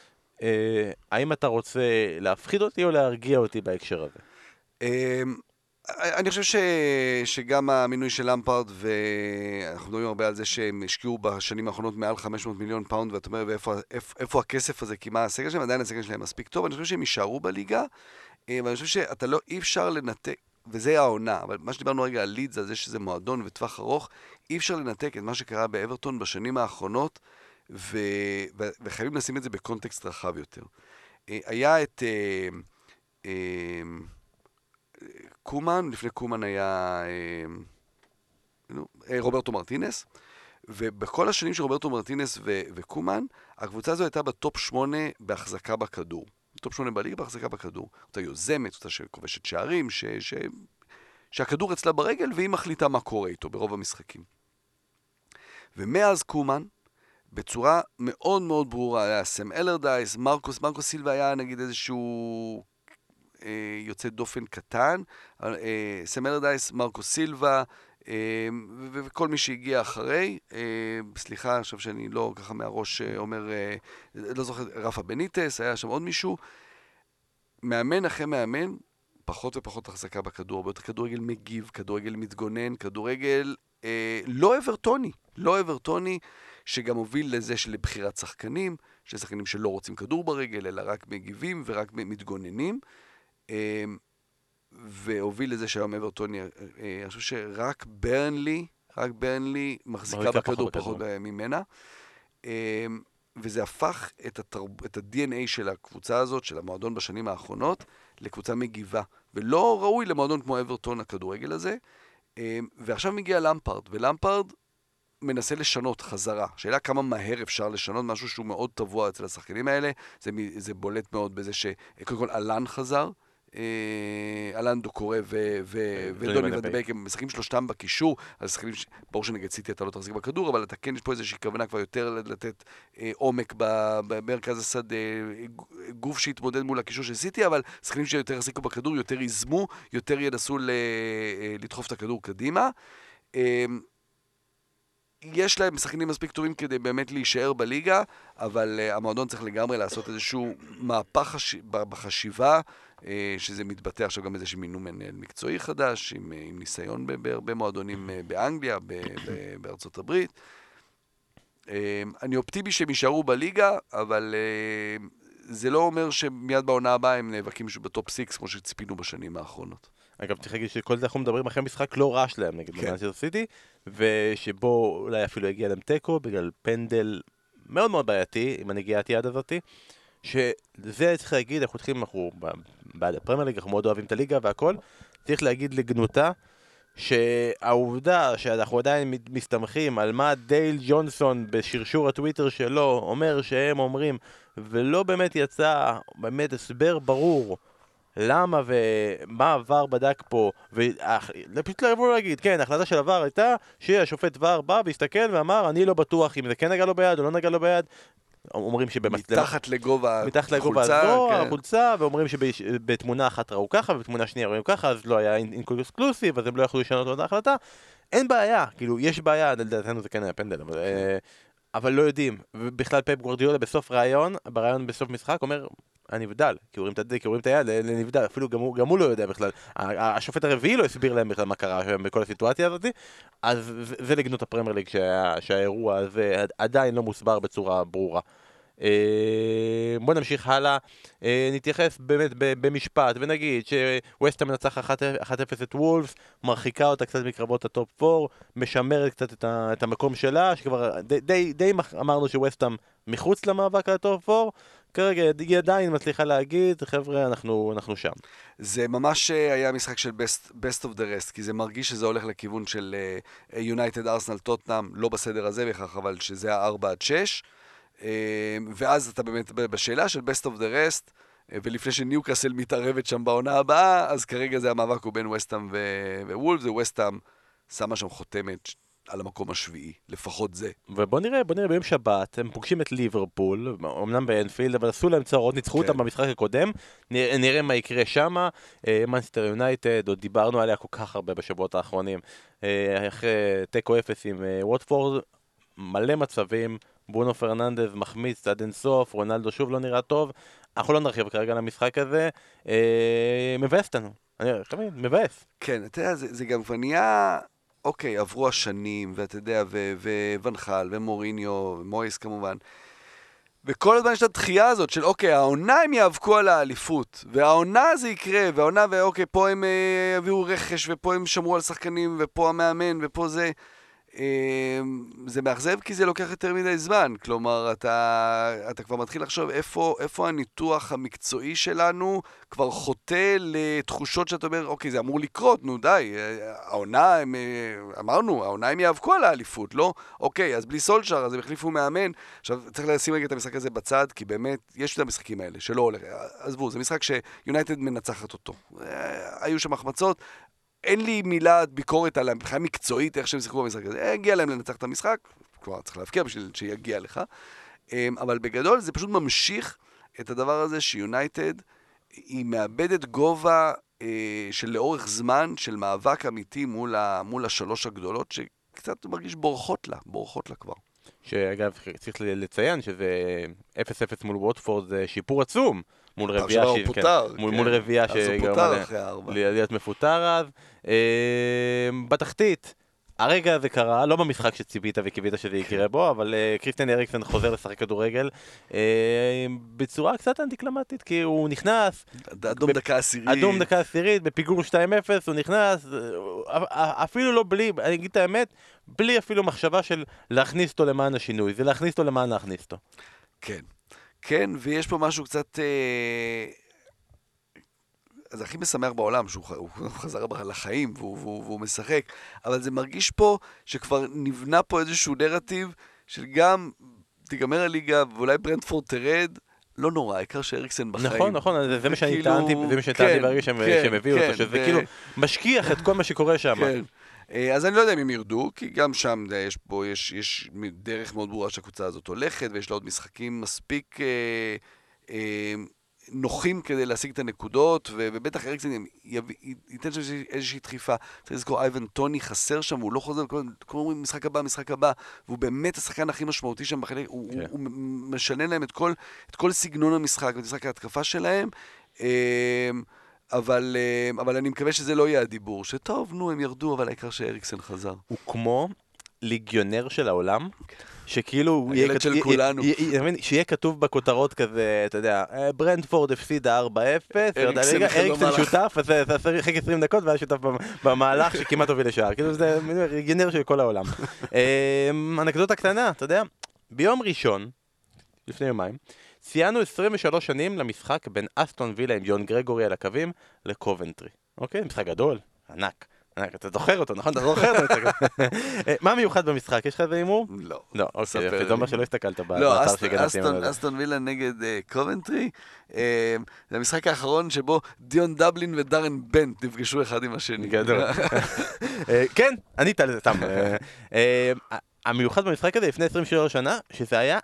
האם אתה רוצה להפחיד אותי או להרגיע אותי בהקשר הזה? אני חושב ש... שגם המינוי של למפרד, ואנחנו מדברים הרבה על זה שהם השקיעו בשנים האחרונות מעל חמש מאות מיליון פאונד, ואתה אומר, ואיפה איפה, איפה הכסף הזה, כי מה הסגל שלהם? עדיין הסגל שלהם מספיק טוב, אני חושב שהם יישארו בליגה, ואני חושב שאתה לא, אי אפשר לנתק, וזה העונה, אבל מה שדיברנו רגע על לידס, על זה שזה מועדון וטווח ארוך, אי אפשר לנתק את מה שקרה באברטון בשנים האחרונות, ו... ו... וחייבים לשים את זה בקונטקסט רחב יותר. היה את... קומן, לפני קומן היה אה, רוברטו מרטינס, ובכל השנים של רוברטו מרטינס ו- וקומן, הקבוצה הזו הייתה בטופ שמונה בהחזקה בכדור. טופ שמונה בליגה בהחזקה בכדור. אותה יוזמת, אותה שכובשת שערים, ש- ש- שהכדור אצלה ברגל, והיא מחליטה מה קורה איתו ברוב המשחקים. ומאז קומן, בצורה מאוד מאוד ברורה, היה סם אלרדייס, מרקוס, מרקוס סילבה היה נגיד איזשהו... יוצא דופן קטן, סם אלרדייס, מרקו סילבה, וכל מי שהגיע אחרי, סליחה, אני חושב שאני לא ככה מהראש אומר, לא זוכר, רפה בניטס, היה שם עוד מישהו, מאמן אחרי מאמן, פחות ופחות החזקה בכדור, הרבה יותר כדורגל מגיב, כדורגל מתגונן, כדורגל לא אברטוני, לא אברטוני, שגם הוביל לזה שלבחירת שחקנים, ששחקנים שלא רוצים כדור ברגל, אלא רק מגיבים ורק מתגוננים, והוביל לזה שהיום אברטון, אני חושב שרק ברנלי, רק ברנלי מחזיקה בכדור פחות ממנה, וזה הפך את ה-די אן איי של הקבוצה הזאת, של המועדון בשנים האחרונות, לקבוצה מגיבה, ולא ראוי למועדון כמו אברטון הכדורגל הזה, ועכשיו מגיע למפרד, ולמפרד מנסה לשנות חזרה. שאלה כמה מהר אפשר לשנות משהו שהוא מאוד טבוע אצל השחקנים האלה, זה, זה בולט מאוד בזה שקודם כל אלן חזר, אלן דוקורה ודוני ודבק, הם משחקים שלושתם בקישור, אז שחקנים, ברור שנגד סיטי אתה לא תחזיק בכדור, אבל אתה כן יש פה איזושהי כוונה כבר יותר לתת עומק במרכז השדה, גוף שהתמודד מול הקישור של סיטי, אבל שחקנים שיותר יחזיקו בכדור, יותר יזמו, יותר ינסו לדחוף את הכדור קדימה. יש להם משחקנים מספיק טובים כדי באמת להישאר בליגה, אבל uh, המועדון צריך לגמרי לעשות איזשהו מהפך חש... בחשיבה, שזה מתבטא עכשיו גם איזשהו מינו מנהל מקצועי חדש, עם, עם ניסיון בהרבה מועדונים באנגליה, בארצות הברית. אני אופטימי שהם יישארו בליגה, אבל זה לא אומר שמיד בעונה הבאה הם נאבקים משהו בטופ סיקס, כמו שציפינו בשנים האחרונות. אגב, צריך להגיד שכל זה אנחנו מדברים אחרי משחק לא רע שלהם נגד מנצ'סטר סיטי, ושבו אולי אפילו הגיע להם טקו בגלל פנדל מאוד מאוד בעייתי, עם הנגיעת יד הזאתי, שזה צריך להגיד, אנחנו צריכים, אנחנו בעד הפרמייר ליג, אנחנו מאוד אוהבים את הליגה והכל, צריך להגיד לגנותה, שהעובדה שאנחנו עדיין מסתמכים על מה דייל ג'ונסון בשרשור הטוויטר שלו אומר שהם אומרים, ולא באמת יצא באמת הסבר ברור למה ומה עבר בדק פה, ופשוט לא יבואו להגיד, כן, ההחלטה של עבר הייתה שהשופט עבר בא והסתכל ואמר, אני לא בטוח אם זה כן נגע לו ביד או לא נגע לו ביד, אומרים שבמצלמה... מתחת לגובה מתחת לגובה הזו, החולצה, ואומרים שבתמונה אחת ראו ככה, ובתמונה שנייה ראו ככה, אז לא היה אינקלוסיב, אז הם לא יכלו לשנות עוד ההחלטה. אין בעיה, כאילו, יש בעיה, לדעתנו זה כן היה פנדל, אבל... אבל לא יודעים, ובכלל פפ גוארדיולה בסוף רעיון, ברעיון בסוף משחק, אומר, אני נבדל, כי רואים את רואים את היד, לנבדל, אפילו גם הוא, גם הוא לא יודע בכלל. השופט הרביעי לא הסביר להם בכלל מה קרה בכל הסיטואציה הזאת, אז זה לגנות הפרמייר ליג שהאירוע הזה עדיין לא מוסבר בצורה ברורה. בוא נמשיך הלאה, נתייחס באמת במשפט ונגיד שווסטהאם מנצח אחת אפס את וולפס, מרחיקה אותה קצת מקרבות הטופ ארבע, משמרת קצת את המקום שלה, שכבר די, די אמרנו שווסטהאם מחוץ למאבק על הטופ ארבע, כרגע היא עדיין מצליחה להגיד, חבר'ה, אנחנו, אנחנו שם. זה ממש היה משחק של best, best of the rest, כי זה מרגיש שזה הולך לכיוון של יונייטד, ארסנל, טוטנהאם, לא בסדר הזה בכך, אבל שזה ה-ארבע עד שש. ואז אתה באמת בשאלה של best of the rest, ולפני שניוקאסל מתערבת שם בעונה הבאה, אז כרגע זה המאבק הוא בין ווסטהאם ווולף, זה ווסטהאם שמה שם חותמת על המקום השביעי, לפחות זה. ובוא נראה, בוא נראה ביום שבת, הם פוגשים את ליברפול, אמנם באנפילד, אבל עשו להם צרות, ניצחו אותם במשחק הקודם, נראה מה יקרה שם, מנצ'סטר יונייטד, עוד דיברנו עליה כל כך הרבה בשבועות האחרונים, אחרי טקו אפס עם ווטפורד, מלא מצבים, ברונו פרננדז מחמיץ עד אינסוף, רונלדו שוב לא נראה טוב, אנחנו לא נרחיב כרגע למשחק הזה, מבאס אותנו, אני תמיד, מבאס. כן, אתה יודע, זה גם כבר נהיה, אוקיי, עברו השנים, ואתה יודע, וונחל, ומוריניו, ומויס כמובן, וכל הזמן יש את הדחייה הזאת של, אוקיי, העונה הם יאבקו על האליפות, והעונה זה יקרה, והעונה, ואוקיי, פה הם הביאו רכש, ופה הם שמרו על שחקנים, ופה המאמן, ופה זה... זה מאכזב כי זה לוקח יותר מדי זמן, כלומר אתה, אתה כבר מתחיל לחשוב איפה, איפה הניתוח המקצועי שלנו כבר חוטא לתחושות שאתה אומר, אוקיי, זה אמור לקרות, נו די, העונה, הם, אמרנו, העונה הם יאבקו על האליפות, לא? אוקיי, אז בלי סולשר, אז הם החליפו מאמן, עכשיו צריך לשים רגע את המשחק הזה בצד, כי באמת יש את המשחקים האלה שלא הולך, עזבו, זה משחק שיונייטד מנצחת אותו, היו שם החמצות, אין לי מילת ביקורת עליהם, מבחינה מקצועית, איך שהם שיחקו במשחק הזה. הגיע להם לנצח את המשחק, כבר צריך להפקיע בשביל שיגיע לך. אבל בגדול זה פשוט ממשיך את הדבר הזה שיונייטד היא מאבדת גובה של לאורך זמן, של מאבק אמיתי מול, ה, מול השלוש הגדולות, שקצת מרגיש בורחות לה, בורחות לה כבר. שאגב, צריך לציין שזה אפס אפס מול ווטפורד, זה שיפור עצום. מול רביעה ש... כן, פוטר, מול, כן. מול רביעה שגרמה להיות מפוטר אז. אה, בתחתית, הרגע הזה קרה, לא במשחק שציבית וקיבית שזה יקרה בו, אבל אה, קריסטיאן אריקסן חוזר לשחק כדורגל אה, בצורה קצת אנטיקלמטית, כי הוא נכנס... אדום דקה עשירית. אדום דקה עשירית, בפיגור שתיים אפס, הוא נכנס, אפילו לא בלי, אני אגיד את האמת, בלי אפילו מחשבה של להכניס אותו למען השינוי, זה להכניס אותו למען להכניס אותו. כן. כן, ויש פה משהו קצת... זה הכי משמח בעולם, שהוא חזר לחיים והוא, והוא, והוא משחק, אבל זה מרגיש פה שכבר נבנה פה איזשהו נרטיב של גם תיגמר הליגה ואולי ברנטפורד תרד, לא נורא, העיקר שאריקסן בחיים. נכון, נכון, זה מה שאני טענתי, זה מה שאני טענתי ברגע שהם הביאו אותו, שזה כאילו משכיח את כל מה שקורה שם. כן. אז אני לא יודע אם הם ירדו, כי גם שם יש פה, יש, יש דרך מאוד ברורה שהקבוצה הזאת הולכת, ויש לה עוד משחקים מספיק אה, אה, נוחים כדי להשיג את הנקודות, ובטח אריקסן ייתן שם איזושהי דחיפה. צריך לזכור, אייבן טוני חסר שם, הוא לא חוזר, כמו אומרים, משחק הבא, משחק הבא, והוא באמת השחקן הכי משמעותי שם בחלק, הוא, הוא, הוא משנה להם את כל, את כל סגנון המשחק, ואת משחק ההתקפה שלהם, אבל, אבל אני מקווה שזה לא יהיה הדיבור, שטוב, נו, הם ירדו, אבל העיקר שאריקסן חזר. הוא כמו ליגיונר של העולם, שכאילו, הילד של כולנו. שיהיה כתוב בכותרות כזה, אתה יודע, ברנדפורד הפסידה ארבע אפס, אריקסן שותף, אז זה אחרי עשרים דקות, והיה שותף במהלך שכמעט הוביל לשער. כאילו זה ליגיונר של כל העולם. אנקדוטה קטנה, אתה יודע, ביום ראשון, לפני יומיים, ציינו עשרים ושלוש שנים למשחק בין אסטון וילה עם ג'ון גרגורי על הקווים לקובנטרי. אוקיי? משחק גדול, ענק. אתה זוכר אותו, נכון? אתה זוכר אותו. מה מיוחד במשחק? יש לך איזה הימור? לא. לא, אוקיי, זה אומר שלא הסתכלת באתר שגנבתי ממנו. לא, אסטון וילה נגד קובנטרי, זה המשחק האחרון שבו דיון דבלין ודרן בנט נפגשו אחד עם השני. גדול. כן, ענית על זה, סתם. המיוחד במשחק הזה לפני עשרים ושלוש שנה, שזה היה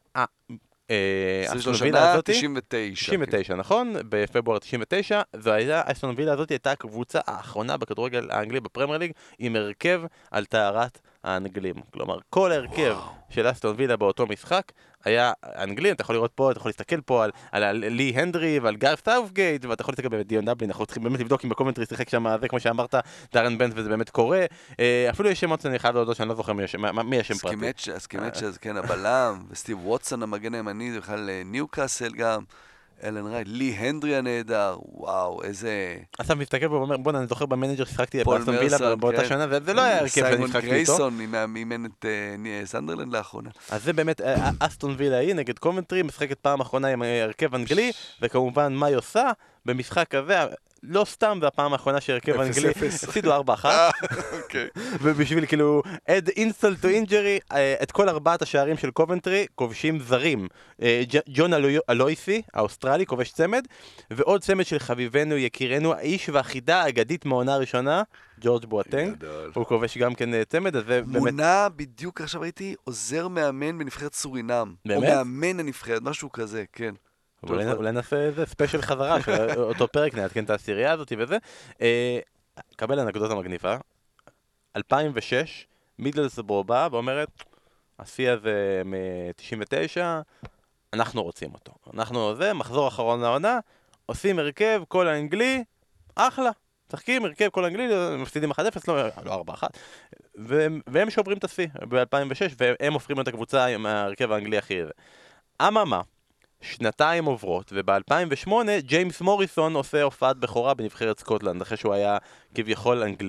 אסטון וילה תשעים ותשע. תשעים ותשע, נכון? בפברואר תשעים ותשע, זו הייתה, אסטון וילה הזאת הייתה הקבוצה האחרונה בכדורגל האנגלי בפרמייר ליג, עם הרכב על טהרת האנגלים. כלומר, כל ההרכב של אסטון וילה באותו משחק היה אנגלי. אתה יכול לראות פה, אתה יכול להסתכל פה על, על לי הנדרי ועל גארף סאופגייט, ואתה יכול להסתכל באמת דיון דבלין. אנחנו צריכים באמת לבדוק אם בקומנטרי שיחק שם, זה כמו שאמרת, דארן בנט, וזה באמת קורה. אפילו יש שמות שאני חייב להודות שאני לא זוכר מי השם פרטי. סקימצ'ה, כן, הבלם, וסטיב ווטסון המגן הימני, זה בכלל ניוקאסל גם. אלן רייט, לי הנדרי הנהדר, וואו, איזה... אז אתה מסתכל פה ואומר, בוא, אני זוכר במנג'ר ששחקתי באסטון וילה באותה שנה, זה לא היה הרכב שאני שחקתי איתו. סיימון גרייסון אימן את סנדרלנד לאחרונה. אז זה באמת, אסטון וילה היא נגד קומנטרי, משחקת פעם אחרונה עם הרכב אנגלי, וכמובן מה היא עושה במשחק הזה, לא סתם, זה הפעם האחרונה שהרכב אנגלי הפסידו ארבע אחת, ובשביל כאילו add insult to injury, את כל ארבעת השערים של קובנטרי כובשים זרים. ג'ון אלויסי, האוסטרלי, כובש צמד, ועוד צמד של חביבנו, יקירנו, האיש והחידה האגדית מהעונה הראשונה, ג'ורג' בואטנג, הוא כובש גם כן צמד. מונה בדיוק, עכשיו הייתי עוזר מאמן בנבחרת סורינם, או מאמן הנבחרת, משהו כזה, כן. אולי נעשה איזה ספיישל חזרה של אותו פרק, נעדכן את העשירייה הזאת וזה. קבל אנקדוטה מגניבה. אלפיים ושש, מידלסבורו באה ואומרת, השיא הזה מ-תשעים ותשע, אנחנו רוצים אותו. אנחנו זה, מחזור אחרון לעונה, עושים הרכב, כל האנגלי, אחלה. צחקים, הרכב, כל האנגלי, מפסידים אחת אפס, לא ארבע אחת. והם שוברים את השיא ב-אלפיים ושש, והם הופכים את הקבוצה עם ההרכב האנגלי הכי זה. אממה, שנתיים עוברות, וב-אלפיים ושמונה ג'יימס מוריסון עושה הופעת בכורה בנבחרת סקוטלנד, אחרי שהוא היה כביכול אנגלי.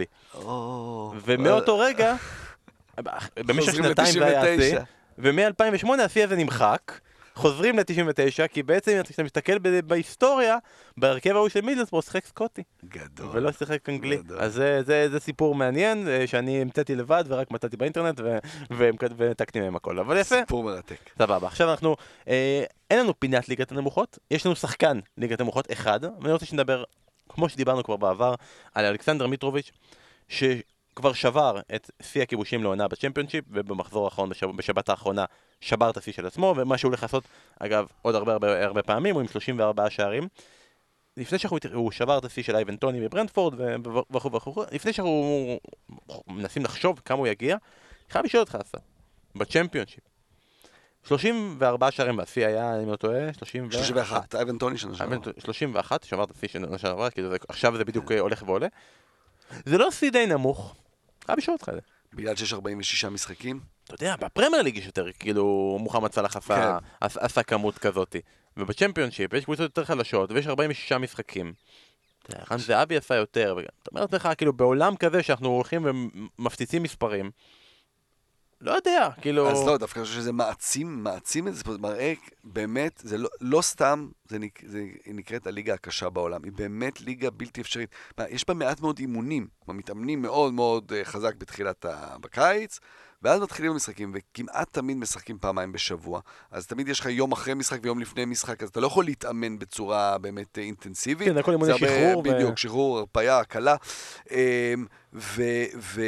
ומאותו רגע, במשך שנתיים זה היה השיא, ומ-אלפיים ושמונה השיא הזה נמחק, חוזרים ל-תשעים ותשע, כי בעצם כשאתה מסתכל בהיסטוריה, בהרכב ההוא של מידלסבורו שיחק סקוטי. גדול. ולא שיחק אנגלי. אז זה סיפור מעניין, שאני המצאתי לבד ורק מצאתי באינטרנט, והעתקתי מהם הכל. אבל יפה. סיפור מרתק. סבבה. עכשיו אנחנו, אין לנו פינת ליגת הנמוכות, יש לנו שחקן ליגת הנמוכות אחד, ואני רוצה שנדבר, כמו שדיברנו כבר בעבר, על אלכסנדר מיטרוביץ', שכבר שבר את שיא הכיבושים לעונה בצ'מפיונשיפ, ובמחזור האחרון, בשבת האחרונה, שבר את השיא של עצמו, ומה שהוא הולך לעשות, אגב, עוד הרבה הרבה, הרבה פעמים, הוא עם שלושים וארבעה שערים. לפני שהוא שבר את השיא של אייבן טוני בברנדפורד, וכו' וכו', לפני שאנחנו מנסים לחשוב כמה הוא יגיע, חייב לשאול אותך, עשה, בצ'מפיונשיפ. שלושים וארבעה שערים, והשיא היה, אם לא טועה, שלושים ואחת, אייבן טוני שנה שעברה. שלושים ואחת, שבר את השיא שנה שעברה, כי עכשיו זה בדיוק הולך ועולה. זה לא שיא די נמוך, חייב לשאול אותך את זה. בגלל שיש ארבעים ושישה משחקים? אתה יודע, בפרמייר ליג יש יותר, כאילו, מוחמד סלאח עשה כמות כזאת. ובצ'מפיונשיפ יש קבוצות יותר חלשות, ויש ארבעים ושישה משחקים. רן זהבי עשה יותר, אתה אומר לך, כאילו, בעולם כזה שאנחנו הולכים ומפציצים מספרים, לא יודע, כאילו... אז לא, דווקא שזה מעצים, מעצים את זה, זה מראה, באמת, זה לא, לא סתם, זה, נק, זה נקראת הליגה הקשה בעולם, היא באמת ליגה בלתי אפשרית. יש בה מעט מאוד אימונים, מתאמנים מאוד מאוד חזק בתחילת הקיץ, ואז מתחילים המשחקים, וכמעט תמיד משחקים פעמיים בשבוע. אז תמיד יש לך יום אחרי משחק ויום לפני משחק, אז אתה לא יכול להתאמן בצורה באמת אינטנסיבית. כן, הכל אימוני שחרור. בדיוק, ו... שחרור, הרפיה, הקלה. ו... ו...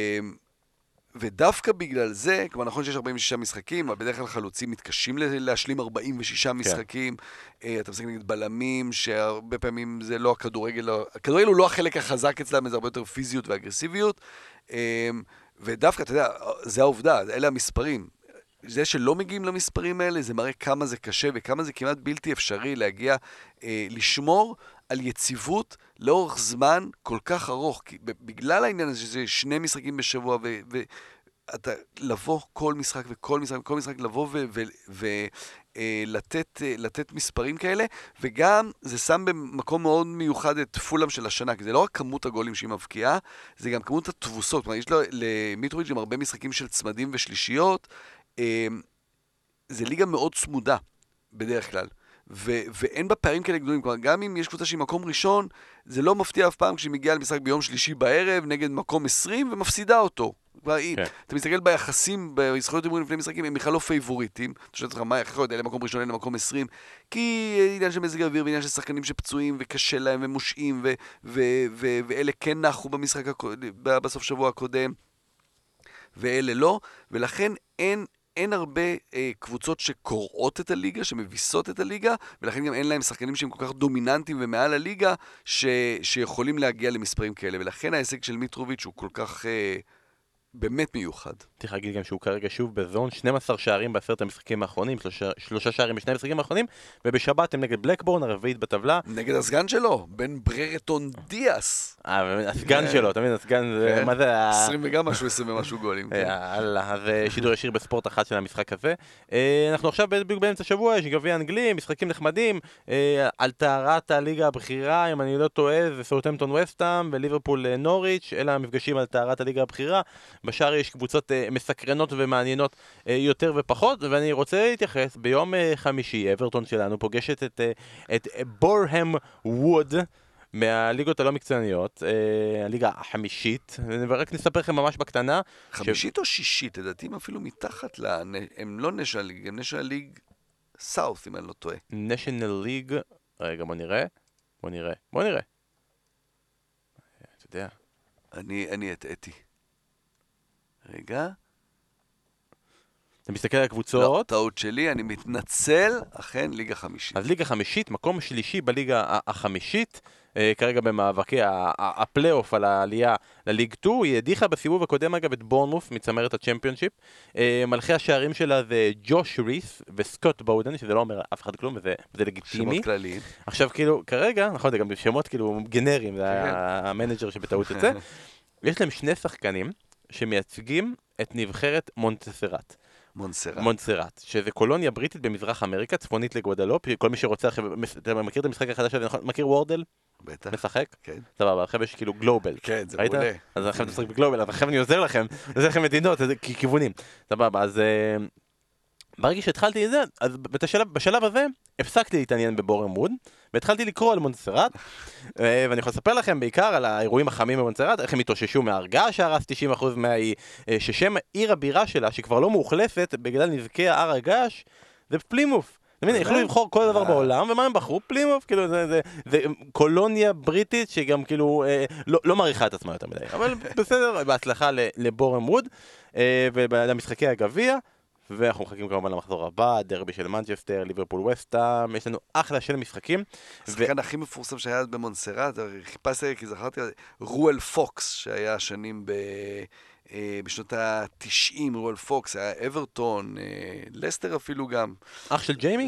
ודווקא בגלל זה, כבר נכון שיש ארבעים ושישה משחקים, אבל בדרך כלל חלוצים מתקשים להשלים ארבעים ושישה משחקים. כן. אתה משחק נגד בלמים, שהרבה פעמים זה לא הכדורגל, הכדורגל הוא לא החלק החזק אצלם, זה הרבה יותר פיזיות ואגרסיביות. ודווקא, אתה יודע, זה העובדה, אלה המספרים. זה שלא מגיעים למספרים האלה, זה מראה כמה זה קשה וכמה זה כמעט בלתי אפשרי להגיע, אה, לשמור על יציבות לאורך זמן כל כך ארוך, כי בגלל העניין הזה שזה שני משחקים בשבוע, ואתה לבוא כל משחק וכל משחק וכל משחק, לבוא ולתת לתת מספרים כאלה, וגם זה שם במקום מאוד מיוחד את פולאם של השנה, כי זה לא רק כמות הגולים שהיא מבקיעה, זה גם כמות התבוסות. כלומר, יש למיטרוביץ' עם הרבה משחקים של צמדים ושלישיות, זה ליגה מאוד צמודה בדרך כלל. ו- ואין בה פערים כאלה גדולים, כלומר, גם אם יש קבוצה שהיא מקום ראשון, זה לא מפתיע אף פעם כשהיא מגיעה למשחק ביום שלישי בערב, נגד מקום עשרים, ומפסידה אותו. כבר היא, okay. אתה מסתכל ביחסים, בזכויות אימונים לפני משחקים, הם בכלל לא פייבוריטים, אתה שואל אותך, מה יכול להיות, אלה מקום ראשון, אלה מקום עשרים, כי עניין של מזג האוויר, ועניין של שחקנים שפצועים, וקשה להם, ומושעים, ו- ו- ו- ואלה כן נחו במשחק, בסוף שבוע הקודם, ואלה לא, ולכן אין, אין הרבה אה, קבוצות שקוראות את הליגה, שמביסות את הליגה, ולכן גם אין להם שחקנים שהם כל כך דומיננטיים ומעל הליגה, ש, שיכולים להגיע למספרים כאלה, ולכן ההישג של מיטרוביץ' הוא כל כך אה, באמת מיוחד. צריך להגיד גם שהוא כרגע שוב בזון, שנים עשר שערים בעשרת המשחקים האחרונים, שלושה, שלושה שערים בשני המשחקים האחרונים, ובשבת הם נגד בלקבורן, הרביעית בטבלה. נגד הסגן שלו, בן בררטון דיאס. אה, הסגן שלו, תמיד הסגן, מה זה? עשרים וגם משהו, עשרים ומשהו גולים. יאללה, אז שידור ישיר בספורט אחת של המשחק הזה. אנחנו עכשיו בדיוק באמצע שבוע, יש גביע אנגלי, משחקים נחמדים, על טהרת הליגה הבכירה, אם אני לא טועה, זה סאות'המפטון וסטהאם וליברפול נוריץ', אלה המפגשים על טהרת הליגה הבכירה. בשאר יש קבוצות מסקרנות ומעניינות יותר ופחות, ואני רוצה להתייחס, ביום חמישי, אברטון שלנו פוגשת את, את בורהם ווד, מהליגות הלא מקצועניות, הליגה החמישית, ורק נספר לכם ממש בקטנה. חמישית ש... או שישית, לדעתי הם אפילו מתחת לה, הם לא נשיונל ליג, הם נשיונל ליג סאות' אם אני לא טועה. נשיונל ליג, רגע בוא נראה, בוא נראה, בוא נראה. אתה יודע. אני, אני הטעיתי. רגע. אתה מסתכל על הקבוצות. לא, טעות שלי, אני מתנצל, אכן ליגה חמישית. אז ליגה חמישית, מקום שלישי בליגה החמישית, אה, כרגע במאבקי הפלייאוף על העלייה לליג שתיים, היא הדיחה בסיבוב הקודם אגב את בורנמות' מצמרת הצ'מפיונשיפ, אה, מלכי השערים שלה זה ג'וש ריס וסקוט בודן, שזה לא אומר אף אחד כלום, וזה, וזה לגיטימי. שמות כלליים. עכשיו כאילו, כרגע, נכון, זה גם שמות כאילו גנריים, זה המנג'ר שבטעות יוצא, יש להם שני שחקנים שמייצגים את נבחרת מונטסרט. מונסרט. מונסרט, שזה קולוניה בריטית במזרח אמריקה, צפונית לגואדלופ, כל מי שרוצה, אתה מכיר את המשחק החדש הזה, מכיר וורדל? בטח. משחק? כן. סבבה, עכשיו יש כאילו גלובל. כן, זה מעולה. אז עכשיו תשחק בגלובל, אז עכשיו אני עוזר לכם, עוזר לכם מדינות, כיוונים. סבבה, אז ברגע שהתחלתי את זה, אז בשלב הזה הפסקתי להתעניין בבורהם ווד, והתחלתי לקרוא על מונסרט, ואני יכול לספר לכם בעיקר על האירועים החמים במונסרט, איך הם התאוששו מההרגעה שהרס תשעים אחוז מהאי, ששם עיר הבירה שלה, שכבר לא מאוכלסת בגלל נזקי ההר הגעש, זה פלימוף. אתה מבין, יכלו לבחור כל דבר בעולם, ומה הם בחרו? פלימוף, כאילו, זה קולוניה בריטית שגם כאילו לא מעריכה את עצמה יותר מדי, אבל בסדר, בהצלחה לבורהם ווד, ולמשחקי הגביע, ואנחנו מחכים כמובן למחזור הבא, דרבי של מנצ'סטר, ליברפול וסטהאם, יש לנו אחלה של משחקים. השחקן הכי מפורסם שהיה במונסרט, חיפשתי כי זכרתי, רואל פוקס, שהיה שנים בשנות ה-תשעים, רואל פוקס, היה אברטון, לסטר אפילו גם. אח של ג'יימי?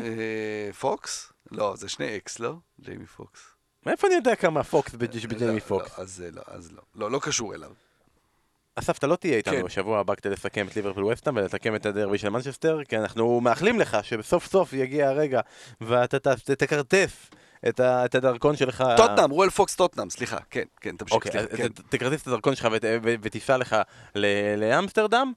פוקס? לא, זה שני אקס, לא? ג'יימי פוקס. מאיפה אני יודע כמה פוקס בג'יימי פוקס? אז לא, אז לא. לא, לא קשור אליו. אסף, אתה לא תהיה איתנו בשבוע הבא כדי לסכם את ליברפול וסטהאם ולסכם את הדרבי של מנצ'סטר, כי אנחנו מאחלים לך שבסוף סוף יגיע הרגע ואתה תקרטף את הדרכון שלך. טוטנאם, רואל פוקס טוטנאם, סליחה, כן, כן, תמשיך. אוקיי, תקרטף את הדרכון שלך ותיסע לך לאמסטרדם,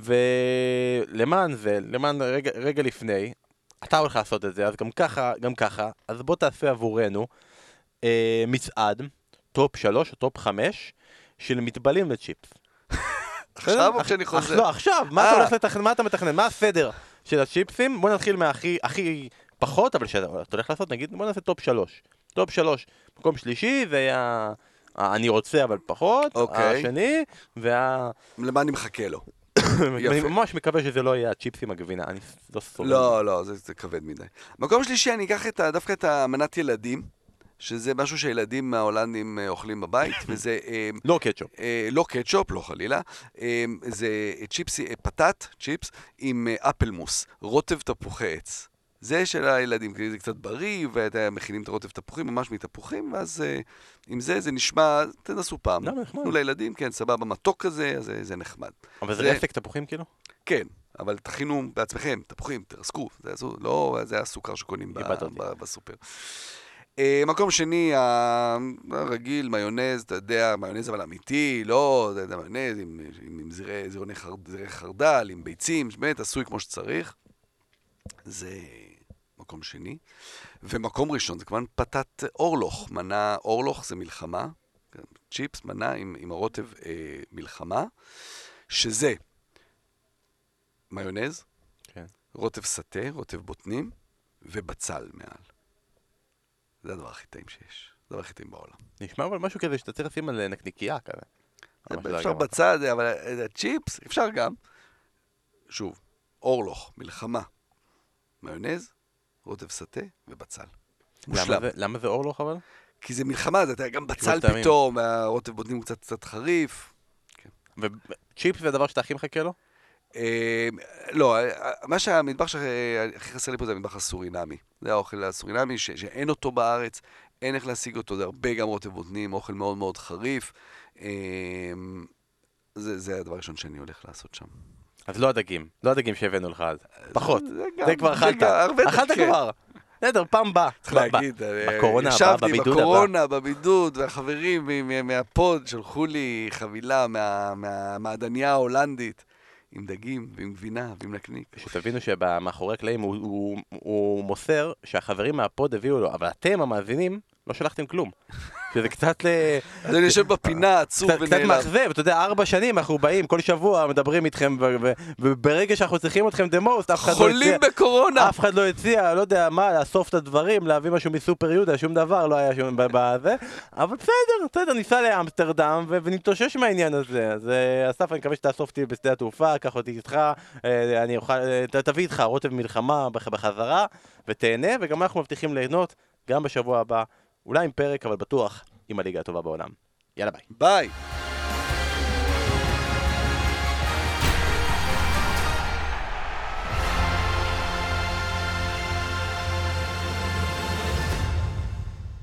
ולמען זה, למען רגע לפני, אתה הולך לעשות את זה, אז גם ככה, גם ככה, אז בוא תעשה עבורנו מצעד, טופ שלוש או טופ חמש, של מתבלים לצ'יפס. עכשיו או כשאני חוזר? לא, עכשיו, מה אתה הולך לתכנן, מה אתה מתכנן, מה הסדר של הצ'יפסים? בוא נתחיל מהכי, הכי פחות, אבל שאתה הולך לעשות, נגיד, בוא נעשה טופ שלוש. טופ שלוש, מקום שלישי, זה היה, אני רוצה אבל פחות, השני, וה... למה אני מחכה לו? אני ממש מקווה שזה לא יהיה הצ'יפסים הגבינה, אני לא סובל. לא, לא, זה כבד מדי. מקום שלישי, אני אקח דווקא את המנת ילדים, שזה משהו שהילדים ההולנדים אוכלים בבית, וזה... לא קטשופ. לא קטשופ, לא חלילה. זה צ'יפס, פטט, צ'יפס, עם אפל מוס, רוטב תפוחי עץ. זה של הילדים, כי זה קצת בריא, ואתם מכינים את הרוטב תפוחים, ממש מתפוחים, ואז עם זה, זה נשמע, תנסו פעם. לא, נחמד. תנו לילדים, כן, סבבה, מתוק כזה, אז זה נחמד. אבל זה רסק תפוחים כאילו? כן, אבל תכינו בעצמכם, תפוחים, תרסקו, זה, לא, זה הסוכר שקונים בסופר. מקום שני, הרגיל, מיונז, אתה יודע, מיונז אבל אמיתי, לא, אתה יודע, מיונז עם, עם זרי, זרי, חרד, זרי חרדל, עם ביצים, באמת, עשוי כמו שצריך. זה מקום שני. ומקום ראשון, זה כמובן פתת אורלוך. מנה, אורלוך זה מלחמה, צ'יפס, מנה עם, עם הרוטב אה, מלחמה, שזה מיונז, כן. רוטב סטה, רוטב בוטנים, ובצל מעל. זה הדבר הכי טעים שיש. זה הדבר הכי טעים בעולם. נשמע אבל משהו כזה שאתה צריך לשים על נקניקייה כזה. אפשר בצד, אבל צ'יפס, אפשר גם. שוב, אורלוך, מלחמה, מיונז, רוטב סטה ובצל. למה זה, למה זה אורלוך אבל? כי זה מלחמה, זה גם בצל פתאום, הרוטב בוטנים קצת קצת חריף. וצ'יפס זה הדבר שאתה הכי מחכה לו? לא, מה שהמטבח שהכי חסר לי פה זה המטבח הסורינמי. זה האוכל הסורינמי שאין אותו בארץ, אין איך להשיג אותו, זה הרבה גם רוטב בוטנים, אוכל מאוד מאוד חריף. זה הדבר הראשון שאני הולך לעשות שם. אז לא הדגים, לא הדגים שהבאנו לך אז. פחות. זה כבר אכלת. אכלת כבר. בסדר, פעם בא. צריך להגיד, ישבתי בקורונה, בבידוד, והחברים מהפוד שלחו לי חבילה מהמעדניה ההולנדית. עם דגים, ועם גבינה, ועם נקניק. שתבינו שבמאחורי הקלעים הוא, הוא, הוא מוסר שהחברים מהפוד הביאו לו, אבל אתם המאזינים לא שלחתם כלום. שזה קצת ל... אז אני יושב בפינה, עצוב ונעלב. קצת מאכזב, אתה יודע, ארבע שנים אנחנו באים, כל שבוע מדברים איתכם, וברגע שאנחנו צריכים אתכם דמוסט, אף אחד לא הציע... חולים בקורונה! אף אחד לא הציע, לא יודע מה, לאסוף את הדברים, להביא משהו מסופר יהודה, שום דבר לא היה שום בזה, אבל בסדר, בסדר, ניסע לאמסטרדם, ונתאושש מהעניין הזה. אז אסף, אני מקווה שתאסוף אותי בשדה התעופה, קח אותי איתך, אני אוכל, תביא איתך רוטב מלחמה בחזרה, ותהנה, וגם אנחנו מבטיחים ליהנות, גם בשבוע הבא. אולי עם פרק, אבל בטוח עם הליגה הטובה בעולם. יאללה ביי. ביי.